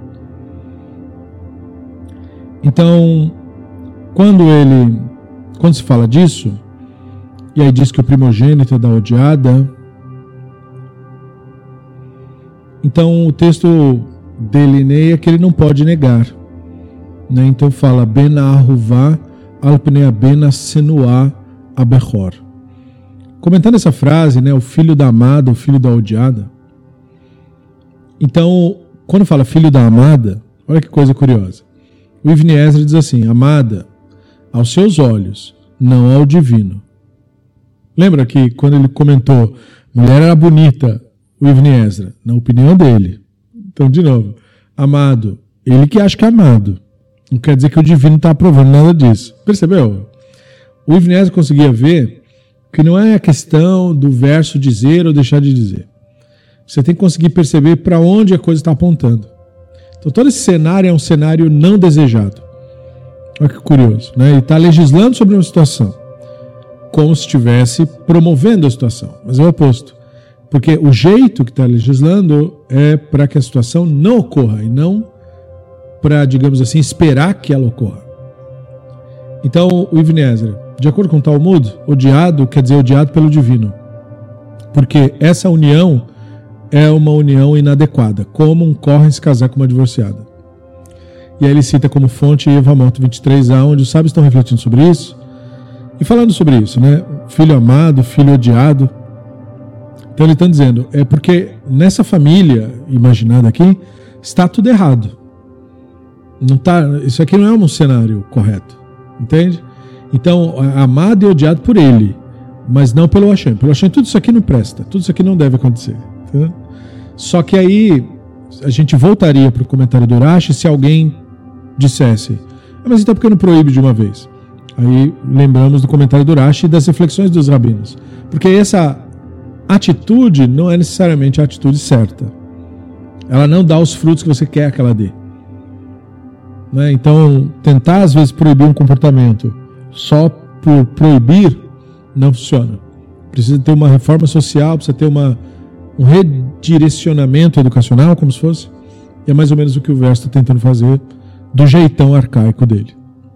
Então, quando ele, quando se fala disso, e aí diz que o primogênito é da odiada, então o texto delineia que ele não pode negar, né? Então fala ben ahuvá al pnei ben senuá abechor. Comentando essa frase, né, o filho da amada, o filho da odiada. Então, quando fala filho da amada, olha que coisa curiosa. O Ivni Ezra diz assim, amada, aos seus olhos, não ao divino. Lembra que quando ele comentou, mulher era bonita, o Ivni Ezra, na opinião dele. Então, de novo, amado, ele que acha que é amado. Não quer dizer que o divino está aprovando nada disso. Percebeu? O Ivni Ezra conseguia ver que não é a questão do verso dizer ou deixar de dizer. Você tem que conseguir perceber para onde a coisa está apontando. Então todo esse cenário é um cenário não desejado. Olha que curioso, né? Ele está legislando sobre uma situação, como se estivesse promovendo a situação, mas é o oposto. Porque o jeito que está legislando é para que a situação não ocorra e não para, digamos assim, esperar que ela ocorra. Então o Ivni Ezra, de acordo com o Talmud, odiado quer dizer odiado pelo divino. Porque essa união é uma união inadequada, como um corre se casar com uma divorciada. E aí ele cita como fonte Yevamot vinte e três a, onde os sábios estão refletindo sobre isso, e falando sobre isso, né? Filho amado, filho odiado. Então ele está dizendo, é porque nessa família imaginada aqui, está tudo errado. Não tá, isso aqui não é um cenário correto, entende? Então, amado e odiado por ele, mas não pelo Hashem. Pelo Hashem, tudo isso aqui não presta, tudo isso aqui não deve acontecer. Tá? Só que aí, a gente voltaria para o comentário do Urashi se alguém dissesse, ah, mas então por que não proíbe de uma vez? Aí lembramos do comentário do Urashi e das reflexões dos rabinos. Porque essa atitude não é necessariamente a atitude certa. Ela não dá os frutos que você quer que ela dê. Né? Então, tentar às vezes proibir um comportamento só por proibir não funciona. Precisa ter uma reforma social, precisa ter uma, um redirecionamento educacional, como se fosse. E é mais ou menos o que o verso está tentando fazer do jeitão arcaico dele.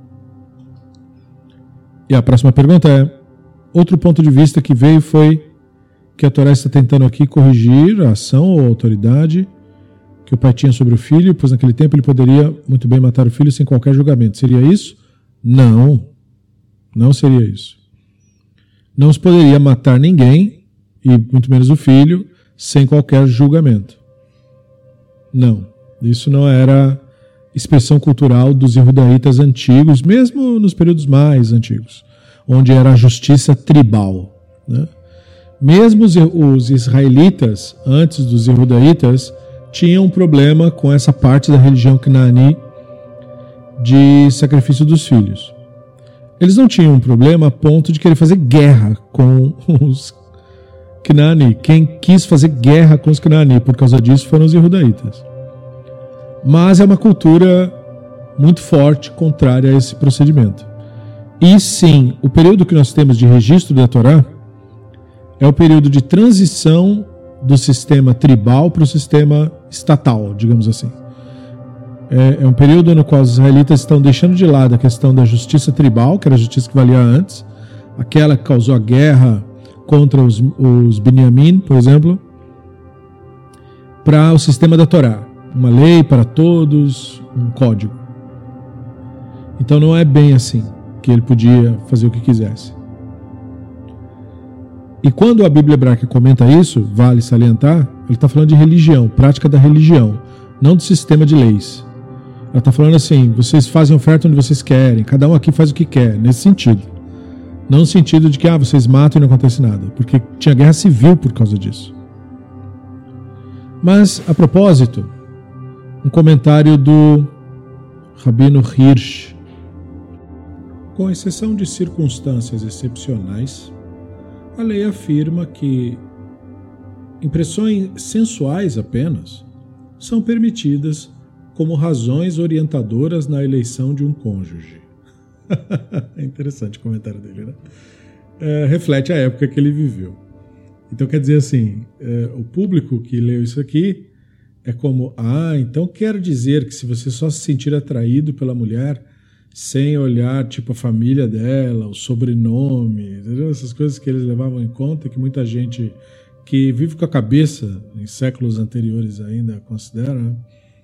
E a próxima pergunta é: outro ponto de vista que veio foi que a Torá está tentando aqui corrigir a ação ou a autoridade que o pai tinha sobre o filho, pois naquele tempo ele poderia muito bem matar o filho sem qualquer julgamento. Seria isso? Não. Não seria isso. Não se poderia matar ninguém, e muito menos o filho, sem qualquer julgamento. Não. Isso não era expressão cultural dos Yehudaítas antigos, mesmo nos períodos mais antigos, onde era a justiça tribal. Né? Mesmo os, os israelitas, antes dos Yehudaítas, tinham um problema com essa parte da religião Canaani de sacrifício dos filhos. Eles não tinham um problema a ponto de querer fazer guerra com os Canaani. Quem quis fazer guerra com os Canaani por causa disso foram os Yehudaítas. Mas é uma cultura muito forte contrária a esse procedimento. E sim, o período que nós temos de registro da Torá é o período de transição do sistema tribal para o sistema estatal, digamos assim. É, é um período no qual os israelitas estão deixando de lado a questão da justiça tribal, que era a justiça que valia antes, aquela que causou a guerra contra os, os Binyamin, por exemplo, para o sistema da Torá. Uma lei para todos, um código. Então não é bem assim que ele podia fazer o que quisesse. E quando a Bíblia Hebraica comenta isso, vale salientar, ele está falando de religião, prática da religião, não do sistema de leis. Ela está falando assim, vocês fazem oferta onde vocês querem, cada um aqui faz o que quer, nesse sentido. Não no sentido de que ah, vocês matam e não acontece nada, porque tinha guerra civil por causa disso. Mas, a propósito, um comentário do Rabino Hirsch. Com exceção de circunstâncias excepcionais, a lei afirma que impressões sensuais apenas são permitidas como razões orientadoras na eleição de um cônjuge. É interessante o comentário dele, né? É, reflete a época que ele viveu. Então quer dizer assim, é, o público que leu isso aqui é como, ah, então quer dizer que se você só se sentir atraído pela mulher sem olhar tipo a família dela, o sobrenome, entendeu? Essas coisas que eles levavam em conta, que muita gente que vive com a cabeça em séculos anteriores ainda considera, né?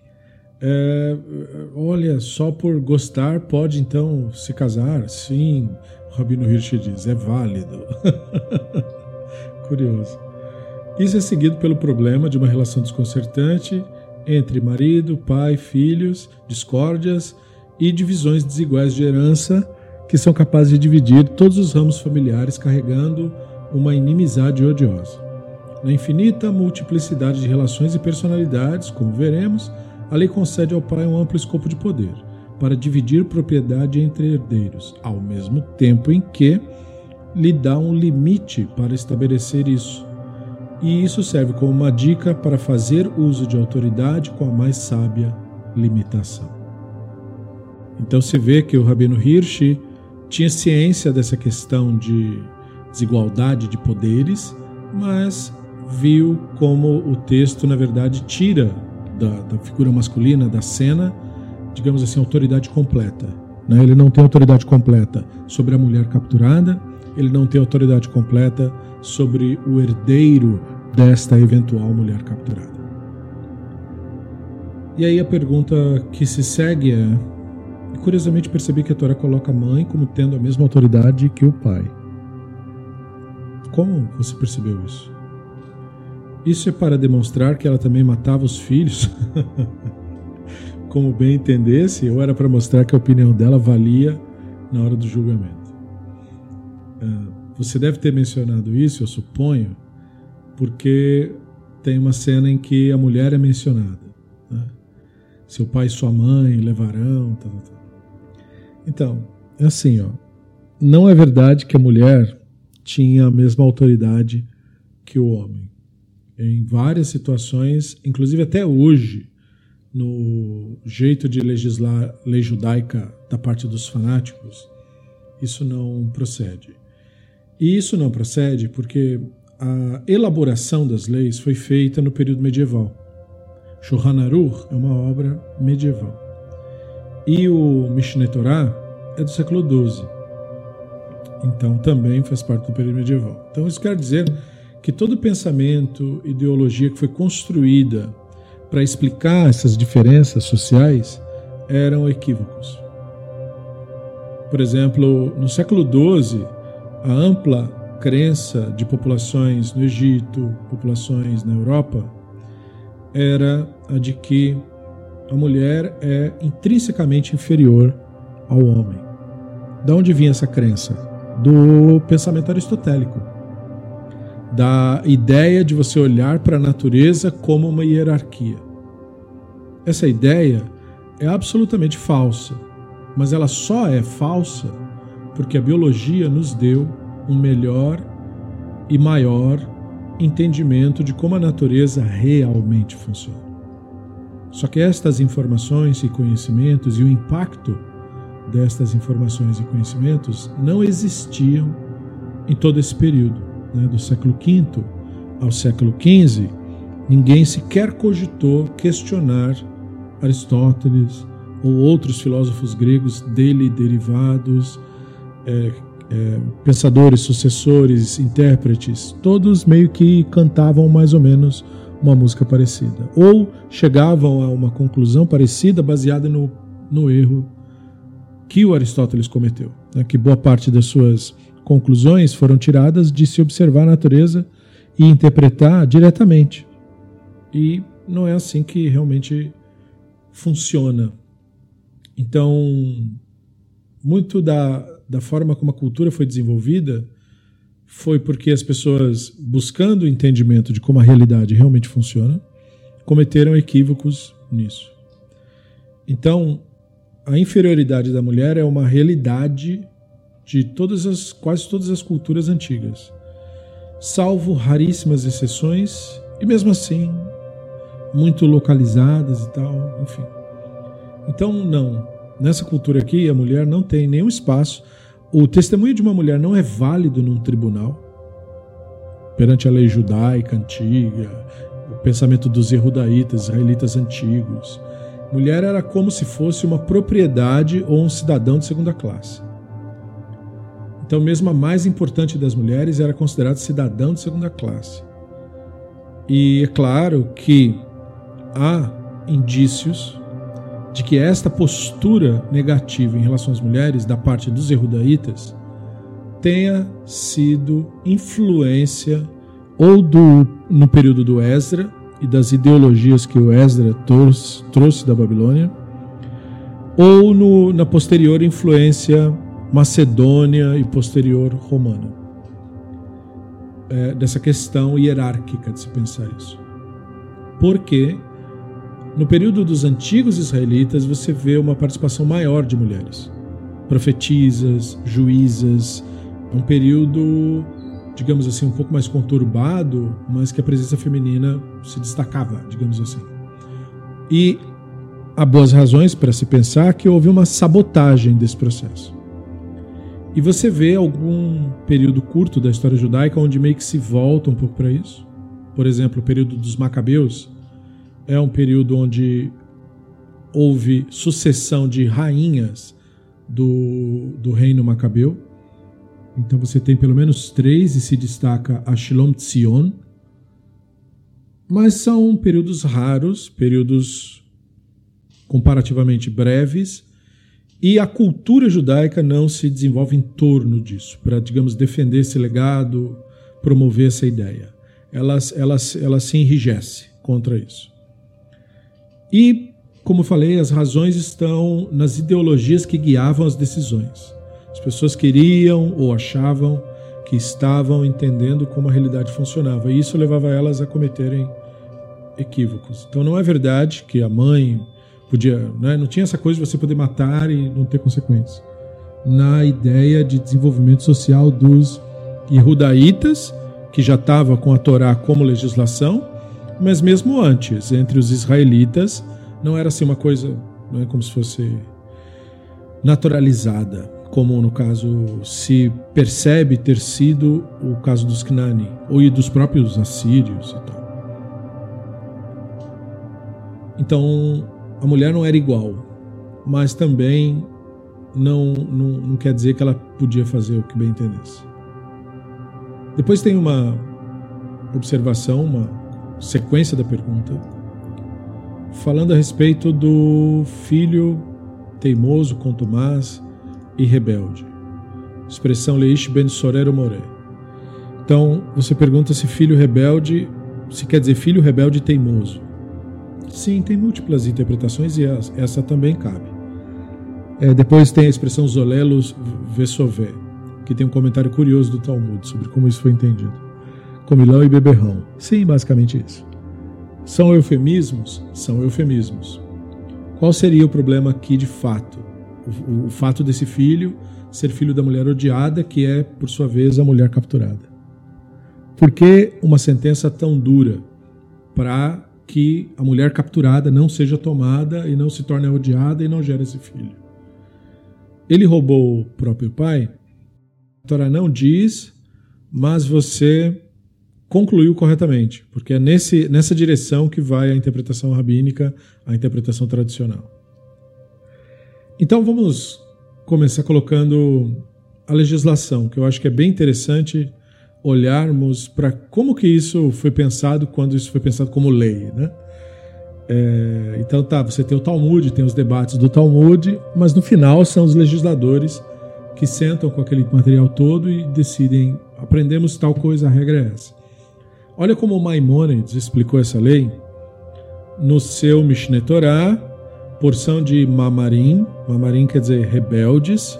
É, olha, só por gostar pode então se casar? Sim, o Rabino Hirsch diz, é válido. Curioso. Isso é seguido pelo problema de uma relação desconcertante entre marido, pai, filhos, discórdias e divisões desiguais de herança que são capazes de dividir todos os ramos familiares, carregando uma inimizade odiosa. Na infinita multiplicidade de relações e personalidades, como veremos, a lei concede ao pai um amplo escopo de poder para dividir propriedade entre herdeiros, ao mesmo tempo em que lhe dá um limite para estabelecer isso. E isso serve como uma dica para fazer uso de autoridade com a mais sábia limitação. Então se vê que o Rabino Hirsch tinha ciência dessa questão de desigualdade de poderes, mas viu como o texto, na verdade, tira da, da figura masculina, da cena, digamos assim, autoridade completa. Né? Ele não tem autoridade completa sobre a mulher capturada, ele não tem autoridade completa sobre o herdeiro desta eventual mulher capturada. E aí a pergunta que se segue é, curiosamente percebi que a Torá coloca a mãe como tendo a mesma autoridade que o pai. Como você percebeu isso? Isso é para demonstrar que ela também matava os filhos? Como bem entendesse, ou era para mostrar que a opinião dela valia na hora do julgamento? Você deve ter mencionado isso, eu suponho, porque tem uma cena em que a mulher é mencionada. Né? Seu pai e sua mãe levarão... Tá, tá, tá. Então, é assim, ó, não é verdade que a mulher tinha a mesma autoridade que o homem. Em várias situações, inclusive até hoje, no jeito de legislar lei judaica da parte dos fanáticos, isso não procede. E isso não procede porque a elaboração das leis foi feita no período medieval. Shulchan Aruch é uma obra medieval. E o Mishneh Torah é do século doze. Então também faz parte do período medieval. Então isso quer dizer que todo pensamento, ideologia que foi construída para explicar essas diferenças sociais eram equívocos. Por exemplo, no século doze, a ampla crença de populações no Egito, populações na Europa, era a de que a mulher é intrinsecamente inferior ao homem. De onde vinha essa crença? Do pensamento aristotélico. Da ideia de você olhar para a natureza como uma hierarquia. Essa ideia é absolutamente falsa, mas ela só é falsa porque a biologia nos deu um melhor e maior entendimento de como a natureza realmente funciona. Só que estas informações e conhecimentos e o impacto destas informações e conhecimentos não existiam em todo esse período, né, do século quinto ao século quinze. Ninguém sequer cogitou questionar Aristóteles ou outros filósofos gregos dele derivados, é, é, pensadores, sucessores, intérpretes, todos meio que cantavam mais ou menos uma música parecida, ou chegavam a uma conclusão parecida baseada no, no erro que o Aristóteles cometeu, né? Que boa parte das suas conclusões foram tiradas de se observar a natureza e interpretar diretamente. E não é assim que realmente funciona. Então, muito da, da forma como a cultura foi desenvolvida foi porque as pessoas, buscando o entendimento de como a realidade realmente funciona, cometeram equívocos nisso. Então, a inferioridade da mulher é uma realidade de todas as, quase todas as culturas antigas, salvo raríssimas exceções, e mesmo assim, muito localizadas e tal, enfim. Então, não. Nessa cultura aqui, a mulher não tem nenhum espaço. O testemunho de uma mulher não é válido num tribunal, perante a lei judaica antiga, o pensamento dos erudaitas, israelitas antigos. Mulher era como se fosse uma propriedade ou um cidadão de segunda classe. Então, mesmo a mais importante das mulheres era considerada cidadão de segunda classe. E é claro que há indícios de que esta postura negativa em relação às mulheres da parte dos erudaitas tenha sido influência ou do, no período do Esdra e das ideologias que o Esdra trouxe, trouxe da Babilônia, ou no, na posterior influência macedônia e posterior romana, é, dessa questão hierárquica de se pensar isso. Porque no período dos antigos israelitas você vê uma participação maior de mulheres, profetisas, juízas, um período, digamos assim, um pouco mais conturbado, mas que a presença feminina se destacava, digamos assim. E há boas razões para se pensar que houve uma sabotagem desse processo. E você vê algum período curto da história judaica onde meio que se volta um pouco para isso. Por exemplo, o período dos Macabeus é um período onde houve sucessão de rainhas do, do reino Macabeu. Então você tem pelo menos três e se destaca a Shalom Tzion. Mas são períodos raros, períodos comparativamente breves, e a cultura judaica não se desenvolve em torno disso, para, digamos, defender esse legado, promover essa ideia. Ela, ela, ela se enrijece contra isso. E, como eu falei, as razões estão nas ideologias que guiavam as decisões. As pessoas queriam ou achavam que estavam entendendo como a realidade funcionava, e isso levava elas a cometerem equívocos. Então não é verdade que a mãe podia, né, não tinha essa coisa de você poder matar e não ter consequências. Na ideia de desenvolvimento social dos Yehudaítas que já estava com a Torá como legislação, mas mesmo antes, entre os israelitas, não era assim uma coisa, não é como se fosse naturalizada, como no caso se percebe ter sido o caso dos Canaani, ou dos próprios assírios e tal. Então, a mulher não era igual, mas também não, não, não quer dizer que ela podia fazer o que bem entendesse. Depois tem uma observação, uma sequência da pergunta, falando a respeito do filho teimoso, contumaz e rebelde. Expressão Leish ben Sorero Moré. Então, você pergunta se filho rebelde, se quer dizer filho rebelde e teimoso. Sim, tem múltiplas interpretações e essa também cabe. É, depois tem a expressão Zolelos Vesové, que tem um comentário curioso do Talmud sobre como isso foi entendido. Comilão e beberrão. Sim, basicamente isso. São eufemismos? São eufemismos. Qual seria o problema aqui de fato? O, o, o fato desse filho ser filho da mulher odiada, que é, por sua vez, a mulher capturada. Por que uma sentença tão dura para que a mulher capturada não seja tomada e não se torne odiada e não gere esse filho? Ele roubou o próprio pai? A Torá não diz, mas você concluiu corretamente, porque é nesse, nessa direção que vai a interpretação rabínica, a interpretação tradicional. Então vamos começar colocando a legislação, que eu acho que é bem interessante olharmos para como que isso foi pensado quando isso foi pensado como lei, né? É, então tá, você tem o Talmud, tem os debates do Talmud, mas no final são os legisladores que sentam com aquele material todo e decidem, aprendemos tal coisa, a regra é essa. Olha como o Maimônides explicou essa lei no seu Mishneh Torah, porção de Mamarim, Mamarim quer dizer rebeldes,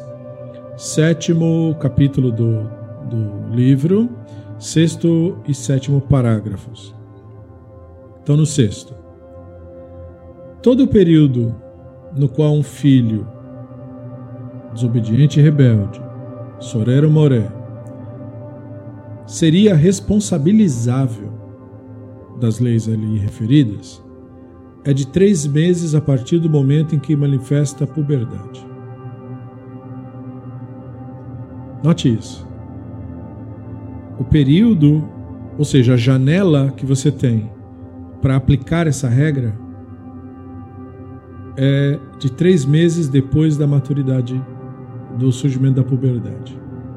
sétimo capítulo do, do livro, sexto e sétimo parágrafos. Então no sexto. Todo o período no qual um filho desobediente e rebelde, Sorero Moré, seria responsabilizável das leis ali referidas, é de três meses a partir do momento em que manifesta a puberdade. Note isso. O período, ou seja, a janela que você tem para aplicar essa regra é de três meses depois da maturidade, do surgimento da puberdade.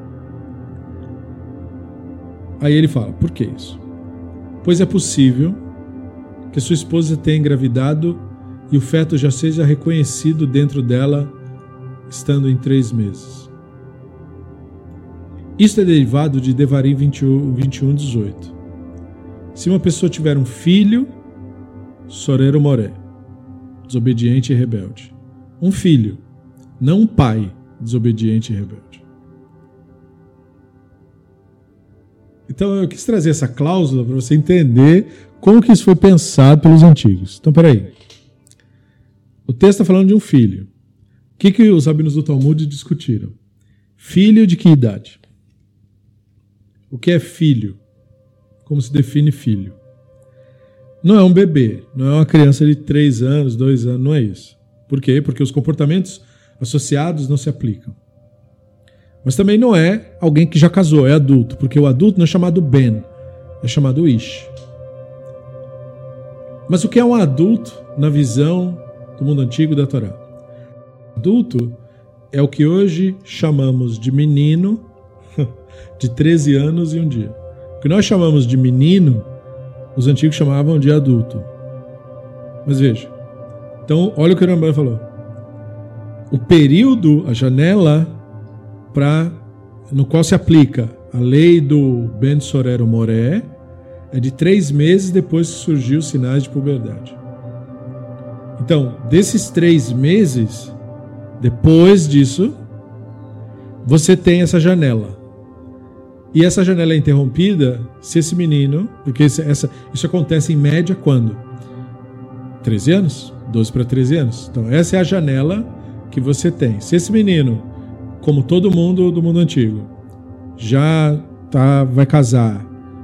Aí ele fala, por que isso? Pois é possível que sua esposa tenha engravidado e o feto já seja reconhecido dentro dela, estando em três meses. Isso é derivado de Devarim vinte e um, dezoito. Se uma pessoa tiver um filho, Sorero Moré, desobediente e rebelde. Um filho, não um pai, desobediente e rebelde. Então eu quis trazer essa cláusula para você entender como que isso foi pensado pelos antigos. Então, peraí. O texto está falando de um filho. O que, que os rabinos do Talmud discutiram? Filho de que idade? O que é filho? Como se define filho? Não é um bebê, não é uma criança de três anos, dois anos, não é isso. Por quê? Porque os comportamentos associados não se aplicam. Mas também não é alguém que já casou, é adulto, porque o adulto não é chamado Ben, é chamado Ish. Mas o que é um adulto na visão do mundo antigo da Torá? Adulto é o que hoje chamamos de menino de treze anos e um dia. O que nós chamamos de menino, os antigos chamavam de adulto. Mas veja, então olha o que o Rambam falou. O período, a janela pra, no qual se aplica a lei do Ben Sorero Moré é de três meses depois que surgiu os sinais de puberdade. Então, desses três meses, depois disso, você tem essa janela. E essa janela é interrompida se esse menino, porque essa, isso acontece em média quando? treze anos? doze para treze anos. Então essa é a janela que você tem. Se esse menino, como todo mundo do mundo antigo, já tá, vai casar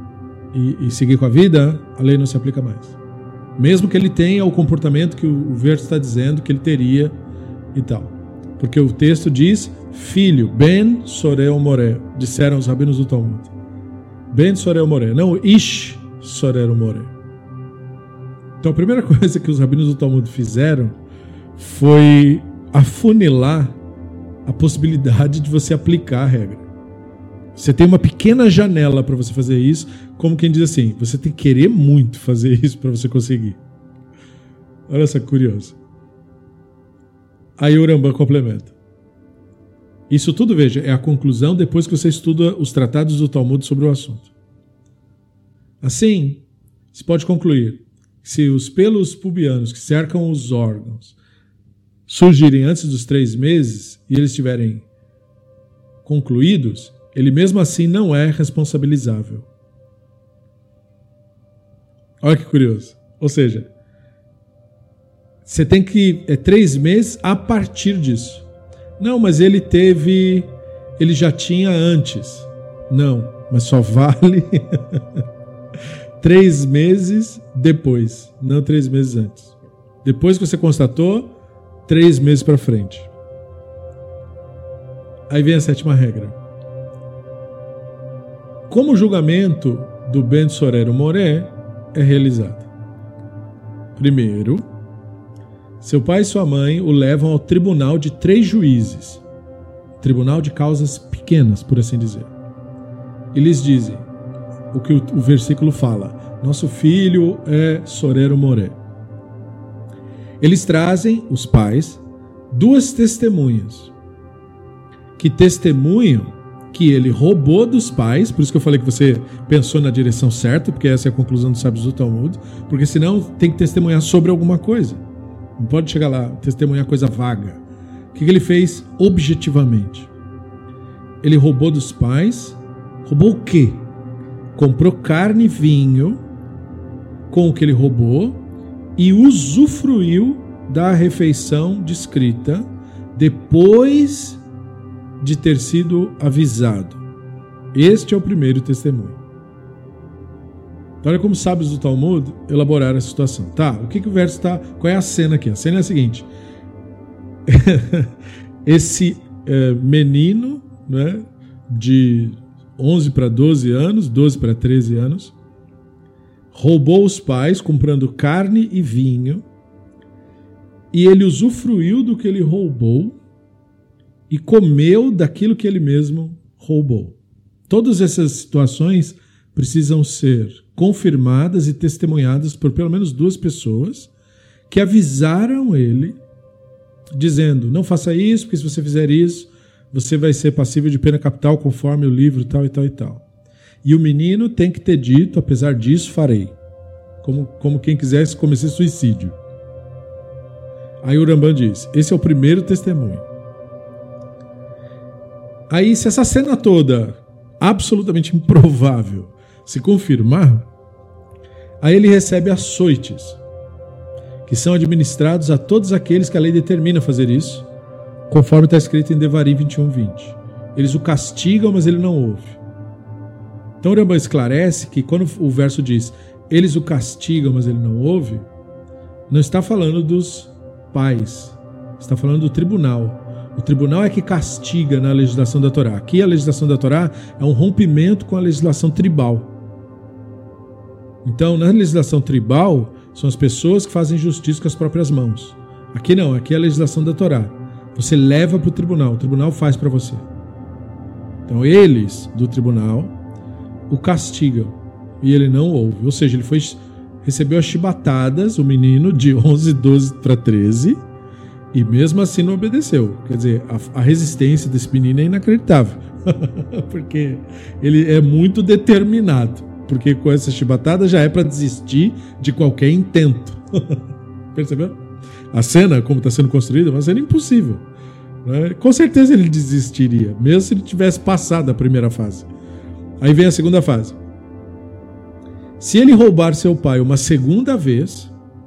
e, e seguir com a vida, a lei não se aplica mais. Mesmo que ele tenha o comportamento que o, o verso está dizendo que ele teria e tal. Porque o texto diz, filho, ben soreu moré, disseram os rabinos do Talmud. Ben soreu moré, não ish soreu moré. Então a primeira coisa que os rabinos do Talmud fizeram foi afunilar a possibilidade de você aplicar a regra. Você tem uma pequena janela para você fazer isso, como quem diz assim, você tem que querer muito fazer isso para você conseguir. Olha só que curioso. Aí o Rambam complementa. Isso tudo, veja, é a conclusão depois que você estuda os tratados do Talmud sobre o assunto. Assim, se pode concluir, se os pelos pubianos que cercam os órgãos surgirem antes dos três meses e eles estiverem concluídos, ele mesmo assim não é responsabilizável. Olha que curioso. Ou seja, você tem que... É três meses a partir disso. Não, mas ele teve... Ele já tinha antes. Não, mas só vale três meses depois, não três meses antes. Depois que você constatou, três meses para frente. Aí vem a sétima regra. Como o julgamento do Ben Sorero Moré é realizado? Primeiro, seu pai e sua mãe o levam ao tribunal de três juízes, tribunal de causas pequenas, por assim dizer. E lhes dizem o que o, o versículo fala: nosso filho é Sorero Moré. Eles trazem, os pais, duas testemunhas que testemunham que ele roubou dos pais, por isso que eu falei que você pensou na direção certa, porque essa é a conclusão dos sábios do Talmud, porque senão tem que testemunhar sobre alguma coisa. Não pode chegar lá, testemunhar coisa vaga. O que ele fez objetivamente? Ele roubou dos pais. Roubou o quê? Comprou carne e vinho com o que ele roubou e usufruiu da refeição descrita depois de ter sido avisado. Este é o primeiro testemunho. Então, olha como os sábios do Talmud elaboraram a situação. Tá, o que, que o verso está... Qual é a cena aqui? A cena é a seguinte. Esse é, menino, né, de onze para doze anos, doze para treze anos, roubou os pais comprando carne e vinho, e ele usufruiu do que ele roubou e comeu daquilo que ele mesmo roubou. Todas essas situações precisam ser confirmadas e testemunhadas por pelo menos duas pessoas que avisaram ele, dizendo, não faça isso, porque se você fizer isso, você vai ser passível de pena capital conforme o livro tal e tal e tal. E o menino tem que ter dito, apesar disso, farei. Como, como quem quisesse cometer suicídio. Aí o Rambam diz, esse é o primeiro testemunho. Aí, se essa cena toda, absolutamente improvável, se confirmar, aí ele recebe açoites, que são administrados a todos aqueles que a lei determina fazer isso, conforme está escrito em Devarim vinte e um, vinte. Eles o castigam, mas ele não ouve. Então o Rambam esclarece que quando o verso diz, eles o castigam, mas ele não ouve, não está falando dos pais, está falando do tribunal. O tribunal é que castiga na legislação da Torá. Aqui a legislação da Torá é um rompimento com a legislação tribal. Então, na legislação tribal, são as pessoas que fazem justiça com as próprias mãos. Aqui não, aqui é a legislação da Torá. Você leva para o tribunal, o tribunal faz para você. Então, eles, do tribunal, o castigam e ele não ouve. Ou seja, ele foi, recebeu as chibatadas, o menino, de onze, doze para treze, e mesmo assim não obedeceu. Quer dizer, a, a resistência desse menino é inacreditável. Porque ele é muito determinado. Porque com essa chibatada já é para desistir de qualquer intento. Percebeu? A cena, como está sendo construída, é uma cena impossível. Né? Com certeza ele desistiria, mesmo se ele tivesse passado a primeira fase. Aí vem a segunda fase. Se ele roubar seu pai uma segunda vez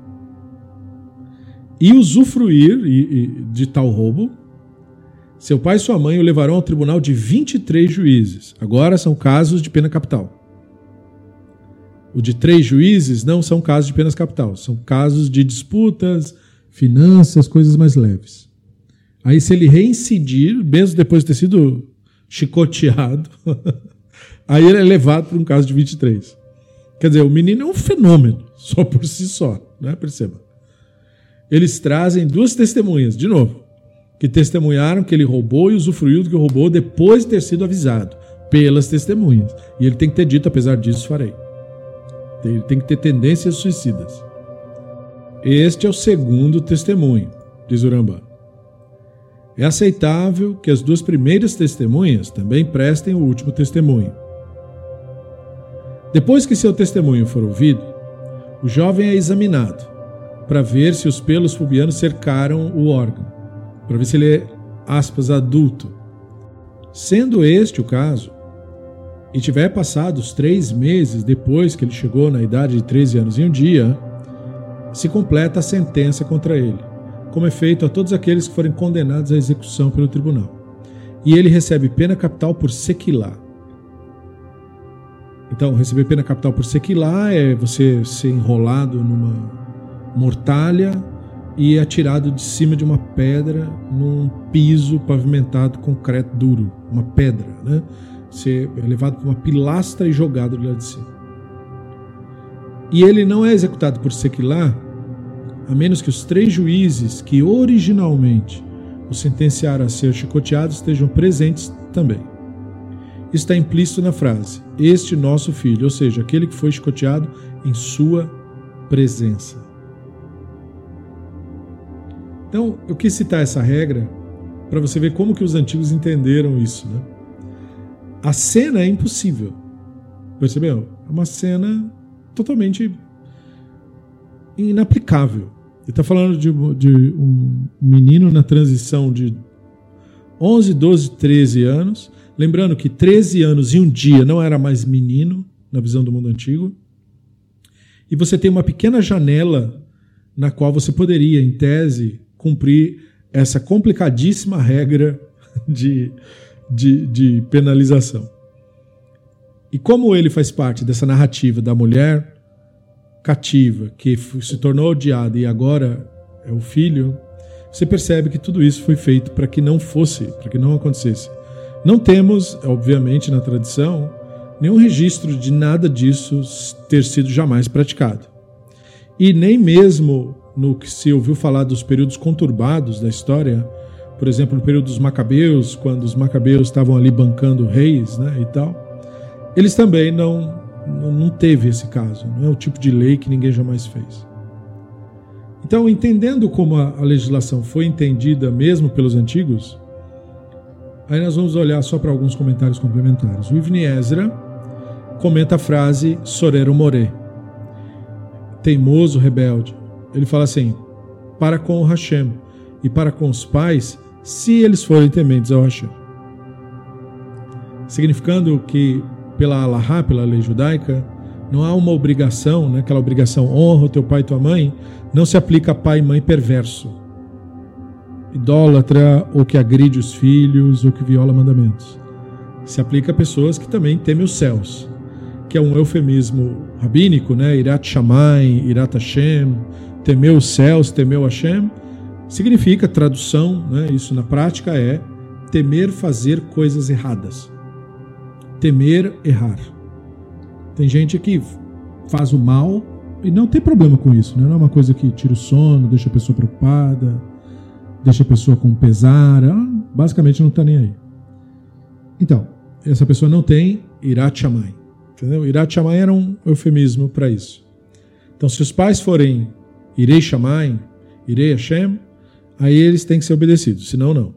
e usufruir de tal roubo, seu pai e sua mãe o levarão ao tribunal de vinte e três juízes. Agora são casos de pena capital. o de três juízes, não são casos de penas capital, são casos de disputas, finanças, coisas mais leves. Aí se ele reincidir, mesmo depois de ter sido chicoteado, aí ele é levado para um caso de vinte e três. Quer dizer, o menino é um fenômeno, só por si só, né? Perceba. Eles trazem duas testemunhas, de novo, que testemunharam que ele roubou e usufruiu do que roubou depois de ter sido avisado pelas testemunhas. E ele tem que ter dito, apesar disso, farei. Ele tem que ter tendências suicidas. Este é o segundo testemunho, diz o Rambam. É aceitável que as duas primeiras testemunhas também prestem o último testemunho. Depois que seu testemunho for ouvido, o jovem é examinado para ver se os pelos pubianos cercaram o órgão, para ver se ele é, aspas, adulto. Sendo este o caso, e tiver passado os três meses depois que ele chegou na idade de treze anos e um dia, se completa a sentença contra ele, como é feito a todos aqueles que forem condenados à execução pelo tribunal. E ele recebe pena capital por sequilá. Então, receber pena capital por sequilá é você ser enrolado numa mortalha e atirado de cima de uma pedra num piso pavimentado com concreto duro, uma pedra, né? Ser levado para uma pilastra e jogado do lado de cima. E ele não é executado por sequilá, a menos que os três juízes que originalmente o sentenciaram a ser chicoteado estejam presentes também. Isso está implícito na frase, este nosso filho, ou seja, aquele que foi chicoteado em sua presença. Então, eu quis citar essa regra para você ver como que os antigos entenderam isso, né? A cena é impossível. Percebeu? É uma cena totalmente inaplicável. Ele está falando de, de um menino na transição de onze, doze, treze anos. Lembrando que treze anos e um dia não era mais menino, na visão do mundo antigo. E você tem uma pequena janela na qual você poderia, em tese, cumprir essa complicadíssima regra de... De, de penalização. E como ele faz parte dessa narrativa da mulher cativa que se tornou odiada e agora é o filho, você percebe que tudo isso foi feito para que não fosse, para que não acontecesse. Não temos, obviamente, na tradição, nenhum registro de nada disso ter sido jamais praticado. E nem mesmo no que se ouviu falar dos períodos conturbados da história, por exemplo, no período dos Macabeus, quando os Macabeus estavam ali bancando reis, né, e tal, eles também não, não teve esse caso. Não é o tipo de lei que ninguém jamais fez. Então, entendendo como a, a legislação foi entendida mesmo pelos antigos, aí nós vamos olhar só para alguns comentários complementares. O Ibn Ezra comenta a frase Sorero Moré, teimoso, rebelde. Ele fala assim, para com o Hashem e para com os pais, se eles forem tementes ao Hashem. Significando que, pela Alahá, pela lei judaica, não há uma obrigação, né, aquela obrigação, honra o teu pai e tua mãe, não se aplica a pai e mãe perverso, idólatra, ou que agride os filhos, ou que viola mandamentos. Se aplica a pessoas que também temem os céus, que é um eufemismo rabínico, né, Irat Shammai, Irat Hashem, temeu os céus, temeu Hashem, significa, tradução, né, isso na prática é temer fazer coisas erradas. Temer errar. Tem gente que faz o mal e não tem problema com isso, né? Não é uma coisa que tira o sono, deixa a pessoa preocupada, deixa a pessoa com pesar, ela basicamente não está nem aí. Então, essa pessoa não tem Irat Shammai. Entendeu? Irat Shammai era um eufemismo para isso. Então, se os pais forem Irei Shammai, Irei Hashem, aí eles têm que ser obedecidos, senão não.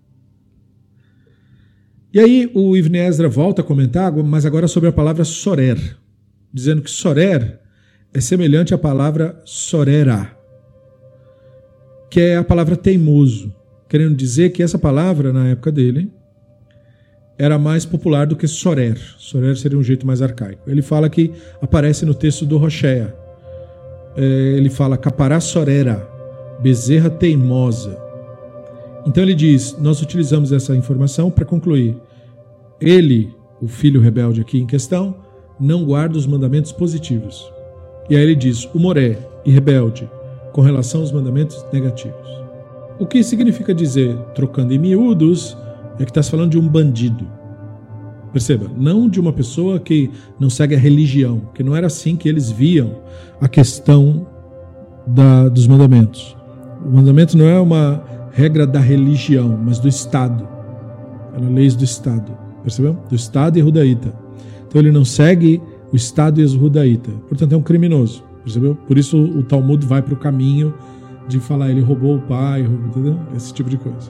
E aí o Ibn Ezra volta a comentar, mas agora sobre a palavra sorer, dizendo que sorer é semelhante à palavra sorera, que é a palavra teimoso, querendo dizer que essa palavra, na época dele, era mais popular do que sorer. Sorer seria um jeito mais arcaico. Ele fala que aparece no texto do Roshea. É, ele fala capará sorera, bezerra teimosa. Então ele diz, nós utilizamos essa informação para concluir. Ele, o filho rebelde aqui em questão, não guarda os mandamentos positivos. E aí ele diz, o moré e rebelde, com relação aos mandamentos negativos. O que significa dizer, trocando em miúdos, é que está se falando de um bandido. Perceba, não de uma pessoa que não segue a religião, que não era assim que eles viam a questão da, dos mandamentos. O mandamento não é uma regra da religião, mas do Estado. Eram leis do Estado, percebeu? Do Estado e Rudaíta. Então ele não segue o Estado e os Rudaíta. Portanto, é um criminoso, percebeu? Por isso o Talmud vai para o caminho de falar, ele roubou o pai, roubou, entendeu? Esse tipo de coisa.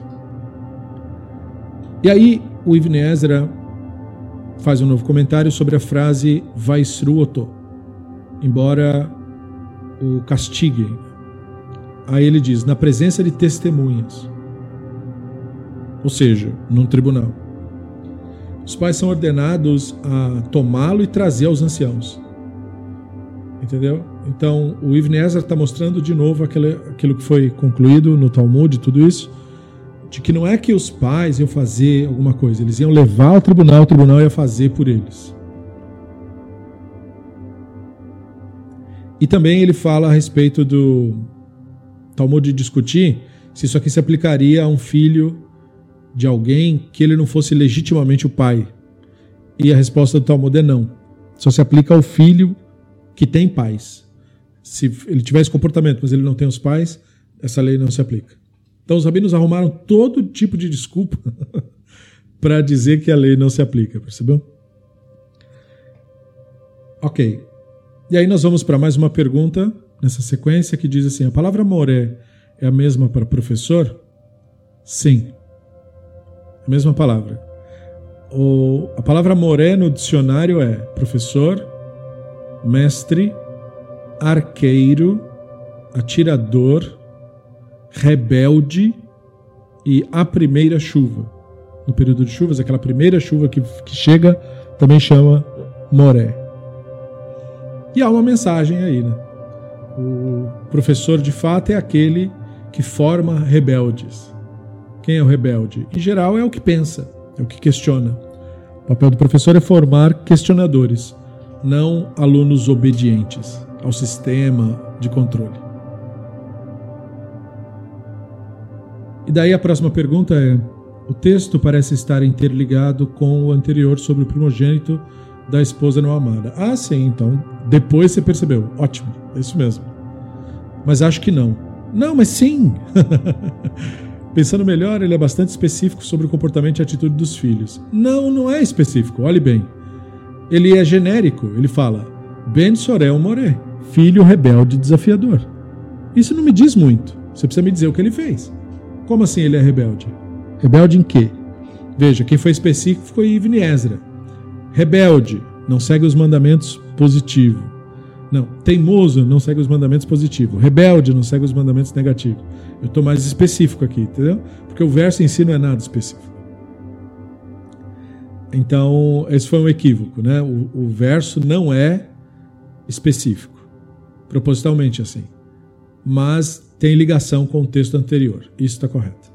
E aí o Ibn Ezra faz um novo comentário sobre a frase Vaisru oto, embora o castiguem. Aí ele diz, na presença de testemunhas, ou seja, num tribunal. Os pais são ordenados a tomá-lo e trazer aos anciãos. Entendeu? Então, o Ibn Ezra está mostrando de novo aquilo, aquilo que foi concluído no Talmud e tudo isso, de que não é que os pais iam fazer alguma coisa, eles iam levar ao tribunal, o tribunal ia fazer por eles. E também ele fala a respeito do Talmud discutir se isso aqui se aplicaria a um filho de alguém que ele não fosse legitimamente o pai. E a resposta do Talmud é não. Só se aplica ao filho que tem pais. Se ele tiver esse comportamento, mas ele não tem os pais, essa lei não se aplica. Então os rabinos arrumaram todo tipo de desculpa para dizer que a lei não se aplica, percebeu? Ok. E aí nós vamos para mais uma pergunta nessa sequência que diz assim, a palavra moré é a mesma para professor? Sim. A mesma palavra. O, a palavra moré no dicionário é professor, mestre, arqueiro, atirador, rebelde e a primeira chuva. No período de chuvas, aquela primeira chuva que, que chega também chama moré. E há uma mensagem aí, né? O professor de fato é aquele que forma rebeldes. Quem é o rebelde? Em geral é o que pensa, é o que questiona. O papel do professor é formar questionadores, não alunos obedientes ao sistema de controle. E daí a próxima pergunta é, o texto parece estar interligado com o anterior sobre o primogênito da esposa não amada. Ah, sim, então, depois você percebeu. Ótimo, é isso mesmo. Mas acho que não. Não, mas sim! Pensando melhor, ele é bastante específico sobre o comportamento e atitude dos filhos. Não, não é específico, olhe bem. Ele é genérico, ele fala Ben Sorel Moré, filho rebelde desafiador. Isso não me diz muito, você precisa me dizer o que ele fez. Como assim ele é rebelde? Rebelde em quê? Veja, quem foi específico foi Ibn Ezra. Rebelde, não segue os mandamentos positivos. Não, teimoso, não segue os mandamentos positivos. Rebelde, não segue os mandamentos negativos. Eu estou mais específico aqui, entendeu? Porque o verso em si não é nada específico. Então, esse foi um equívoco, né? O, o verso não é específico, propositalmente assim. Mas tem ligação com o texto anterior. Isso está correto.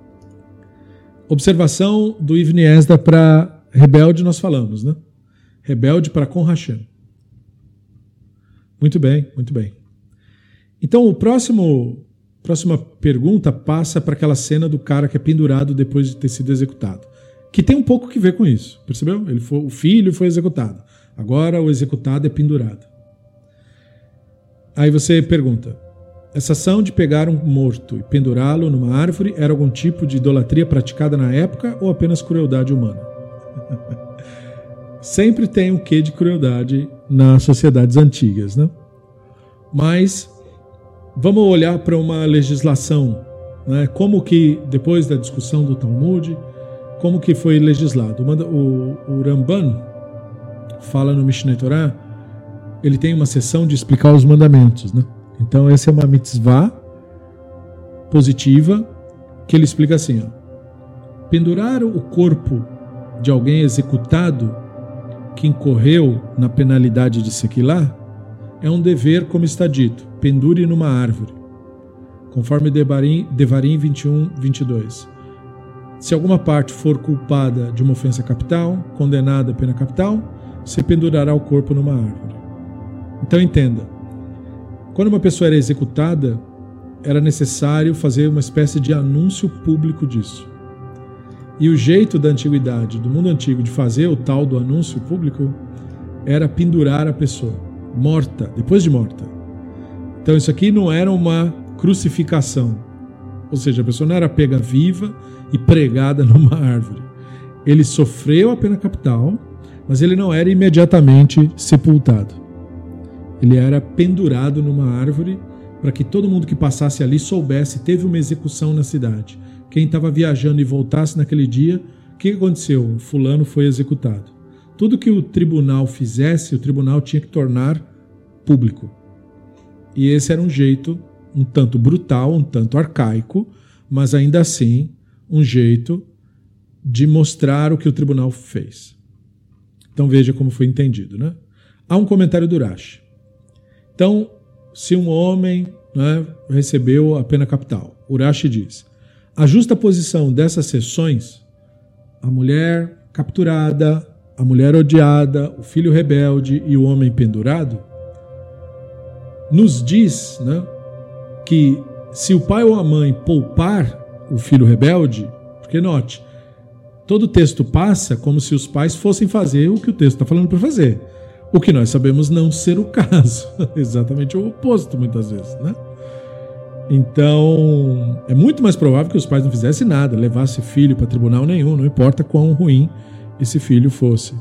Observação do Ibn Ezra para rebelde nós falamos, né? Rebelde para com Hashem. Muito bem, muito bem. Então, o próximo, próxima pergunta passa para aquela cena do cara que é pendurado depois de ter sido executado. Que tem um pouco que ver com isso, percebeu? Ele foi, o filho foi executado. Agora o executado é pendurado. Aí você pergunta, essa ação de pegar um morto e pendurá-lo numa árvore era algum tipo de idolatria praticada na época ou apenas crueldade humana? Sempre tem um quê de crueldade nas sociedades antigas, né? Mas vamos olhar para uma legislação, né? Como que, depois da discussão do Talmud, como que foi legislado? O, o Ramban fala no Mishneh Torah, ele tem uma seção de explicar os mandamentos, né? Então essa é uma mitzvah positiva que ele explica assim, ó, pendurar o corpo de alguém executado que incorreu na penalidade de sequilá é um dever, como está dito, pendure numa árvore, conforme Devarim, Devarim vinte e um, vinte e dois. Se alguma parte for culpada de uma ofensa capital, condenada à pena capital, você pendurará o corpo numa árvore. Então entenda, quando uma pessoa era executada, era necessário fazer uma espécie de anúncio público disso. E o jeito da antiguidade, do mundo antigo, de fazer o tal do anúncio público, era pendurar a pessoa, morta, depois de morta. Então isso aqui não era uma crucificação, ou seja, a pessoa não era pega viva e pregada numa árvore. Ele sofreu a pena capital, mas ele não era imediatamente sepultado. Ele era pendurado numa árvore para que todo mundo que passasse ali soubesse, teve uma execução na cidade. Quem estava viajando e voltasse naquele dia, o que aconteceu? Fulano foi executado. Tudo que o tribunal fizesse, o tribunal tinha que tornar público. E esse era um jeito um tanto brutal, um tanto arcaico, mas ainda assim um jeito de mostrar o que o tribunal fez. Então veja como foi entendido, né? Há um comentário do Urashi. Então, se um homem, né, recebeu a pena capital, Urashi diz, a justa posição dessas seções, a mulher capturada, a mulher odiada, o filho rebelde e o homem pendurado, nos diz, né, que se o pai ou a mãe poupar o filho rebelde, porque note, todo o texto passa como se os pais fossem fazer o que o texto está falando para fazer. O que nós sabemos não ser o caso. Exatamente o oposto, muitas vezes, né? Então, é muito mais provável que os pais não fizessem nada, levassem filho para tribunal nenhum, não importa quão ruim esse filho fosse.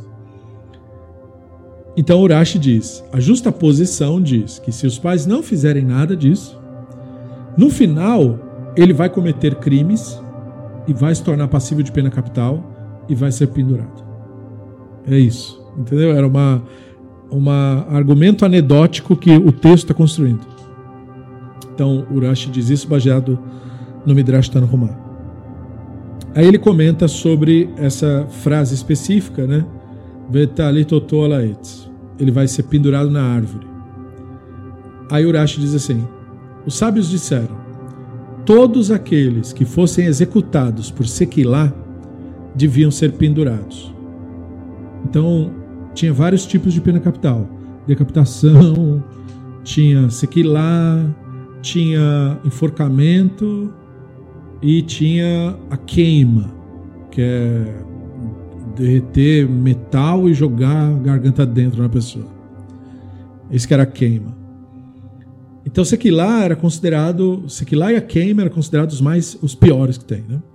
Então, Urashi diz, a justa posição diz que se os pais não fizerem nada disso, no final, ele vai cometer crimes e vai se tornar passível de pena capital e vai ser pendurado. É isso, entendeu? Era uma, uma argumento anedótico que o texto está construindo. Então, Urashi diz isso baseado no Midrash Tanhumá. Aí ele comenta sobre essa frase específica, né? Vetalitoto alaetz. Ele vai ser pendurado na árvore. Aí Urashi diz assim, os sábios disseram, todos aqueles que fossem executados por sequilá deviam ser pendurados. Então, tinha vários tipos de pena capital. Decapitação, tinha sequilá, tinha enforcamento e tinha a queima, que é derreter metal e jogar a garganta dentro na pessoa. Esse que era a queima. Então, sequilá era considerado, sequilá e a queima eram considerados os mais, os piores que tem, né?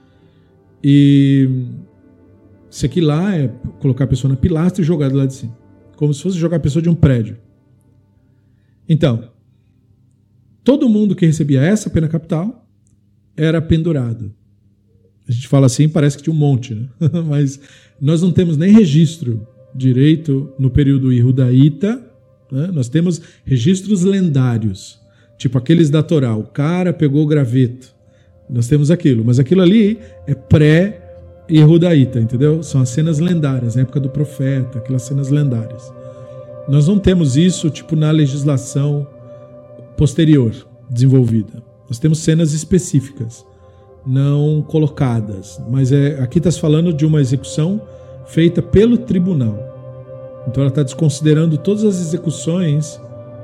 E sequilá é colocar a pessoa na pilastra e jogar do lado de cima, como se fosse jogar a pessoa de um prédio. Então, todo mundo que recebia essa pena capital era pendurado. A gente fala assim, parece que tinha um monte, né? Mas nós não temos nem registro direito no período Yehudaíta, né? Nós temos registros lendários, tipo aqueles da Torá, o cara pegou o graveto, nós temos aquilo, mas aquilo ali é pré-Yehudaíta, entendeu? São as cenas lendárias, na época do profeta, aquelas cenas lendárias. Nós não temos isso tipo na legislação posterior, desenvolvida. Nós temos cenas específicas, não colocadas, mas é, aqui está se falando de uma execução feita pelo tribunal. Então ela está desconsiderando todas as execuções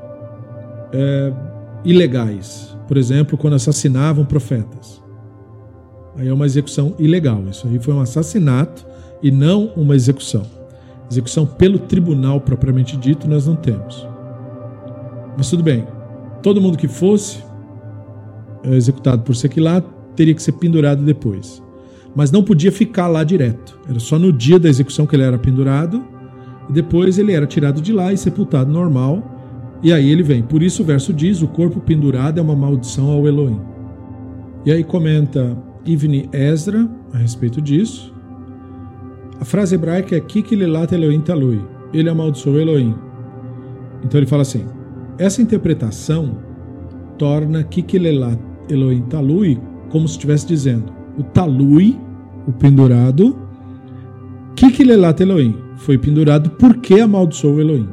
é, ilegais. Por exemplo, quando assassinavam profetas. Aí é uma execução ilegal. Isso aí foi um assassinato e não uma execução. Execução pelo tribunal propriamente dito nós não temos. Mas tudo bem. Todo mundo que fosse executado por sequilá teria que ser pendurado depois. Mas não podia ficar lá direto. Era só no dia da execução que ele era pendurado e depois ele era tirado de lá e sepultado normal. E aí ele vem. Por isso o verso diz, o corpo pendurado é uma maldição ao Elohim. E aí comenta Ivni Ezra a respeito disso. A frase hebraica é Kikilelat Elohim Talui. Ele amaldiçoou Elohim. Então ele fala assim, essa interpretação torna Kikilelat Elohim Talui como se estivesse dizendo o Talui, o pendurado, Kikilelat Elohim, foi pendurado porque amaldiçoou Elohim.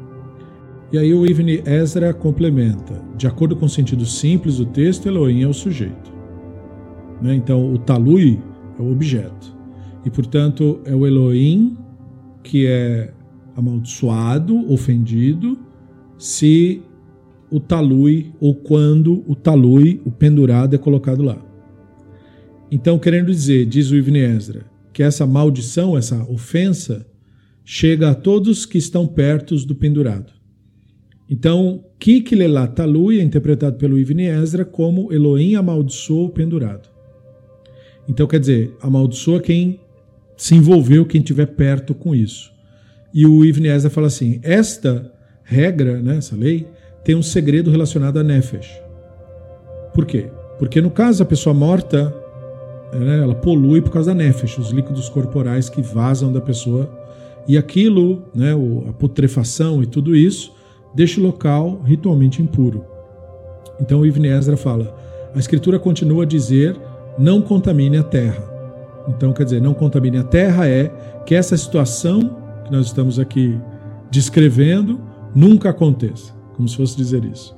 E aí o Ivni Ezra complementa, de acordo com o sentido simples do texto, Elohim é o sujeito. Né? Então o Talui é o objeto. E portanto é o Elohim que é amaldiçoado, ofendido, se o talui, ou quando o talui, o pendurado, é colocado lá. Então, querendo dizer, diz o Ivne Ezra, que essa maldição, essa ofensa, chega a todos que estão perto do pendurado. Então, Kiklela Talui é interpretado pelo Ivne Ezra como Elohim amaldiçoa o pendurado. Então, quer dizer, amaldiçoa quem se envolveu, quem estiver perto com isso. E o Ivne Ezra fala assim, esta regra, né, essa lei, tem um segredo relacionado a Nefesh. Por quê? Porque no caso a pessoa morta, ela polui por causa da Nefesh, os líquidos corporais que vazam da pessoa, e aquilo, né, a putrefação e tudo isso, deixa o local ritualmente impuro. Então o Ivne Ezra fala, a escritura continua a dizer, não contamine a terra. Então, quer dizer, não contamine a terra é que essa situação que nós estamos aqui descrevendo nunca aconteça, como se fosse dizer isso.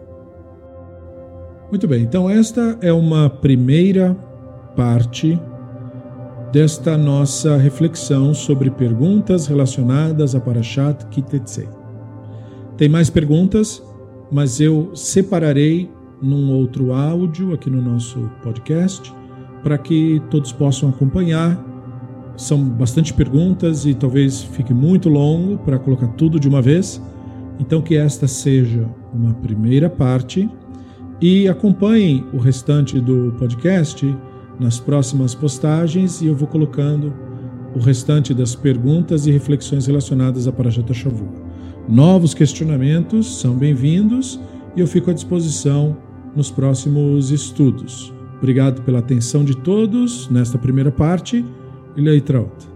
Muito bem, então esta é uma primeira parte desta nossa reflexão sobre perguntas relacionadas a Parashat Ki Tetzei. Tem mais perguntas, mas eu separarei num outro áudio aqui no nosso podcast para que todos possam acompanhar. São bastante perguntas e talvez fique muito longo para colocar tudo de uma vez. Então que esta seja uma primeira parte e acompanhem o restante do podcast nas próximas postagens e eu vou colocando o restante das perguntas e reflexões relacionadas a Parashat Shavua. Novos questionamentos são bem-vindos e eu fico à disposição nos próximos estudos. Obrigado pela atenção de todos nesta primeira parte e Leitraut.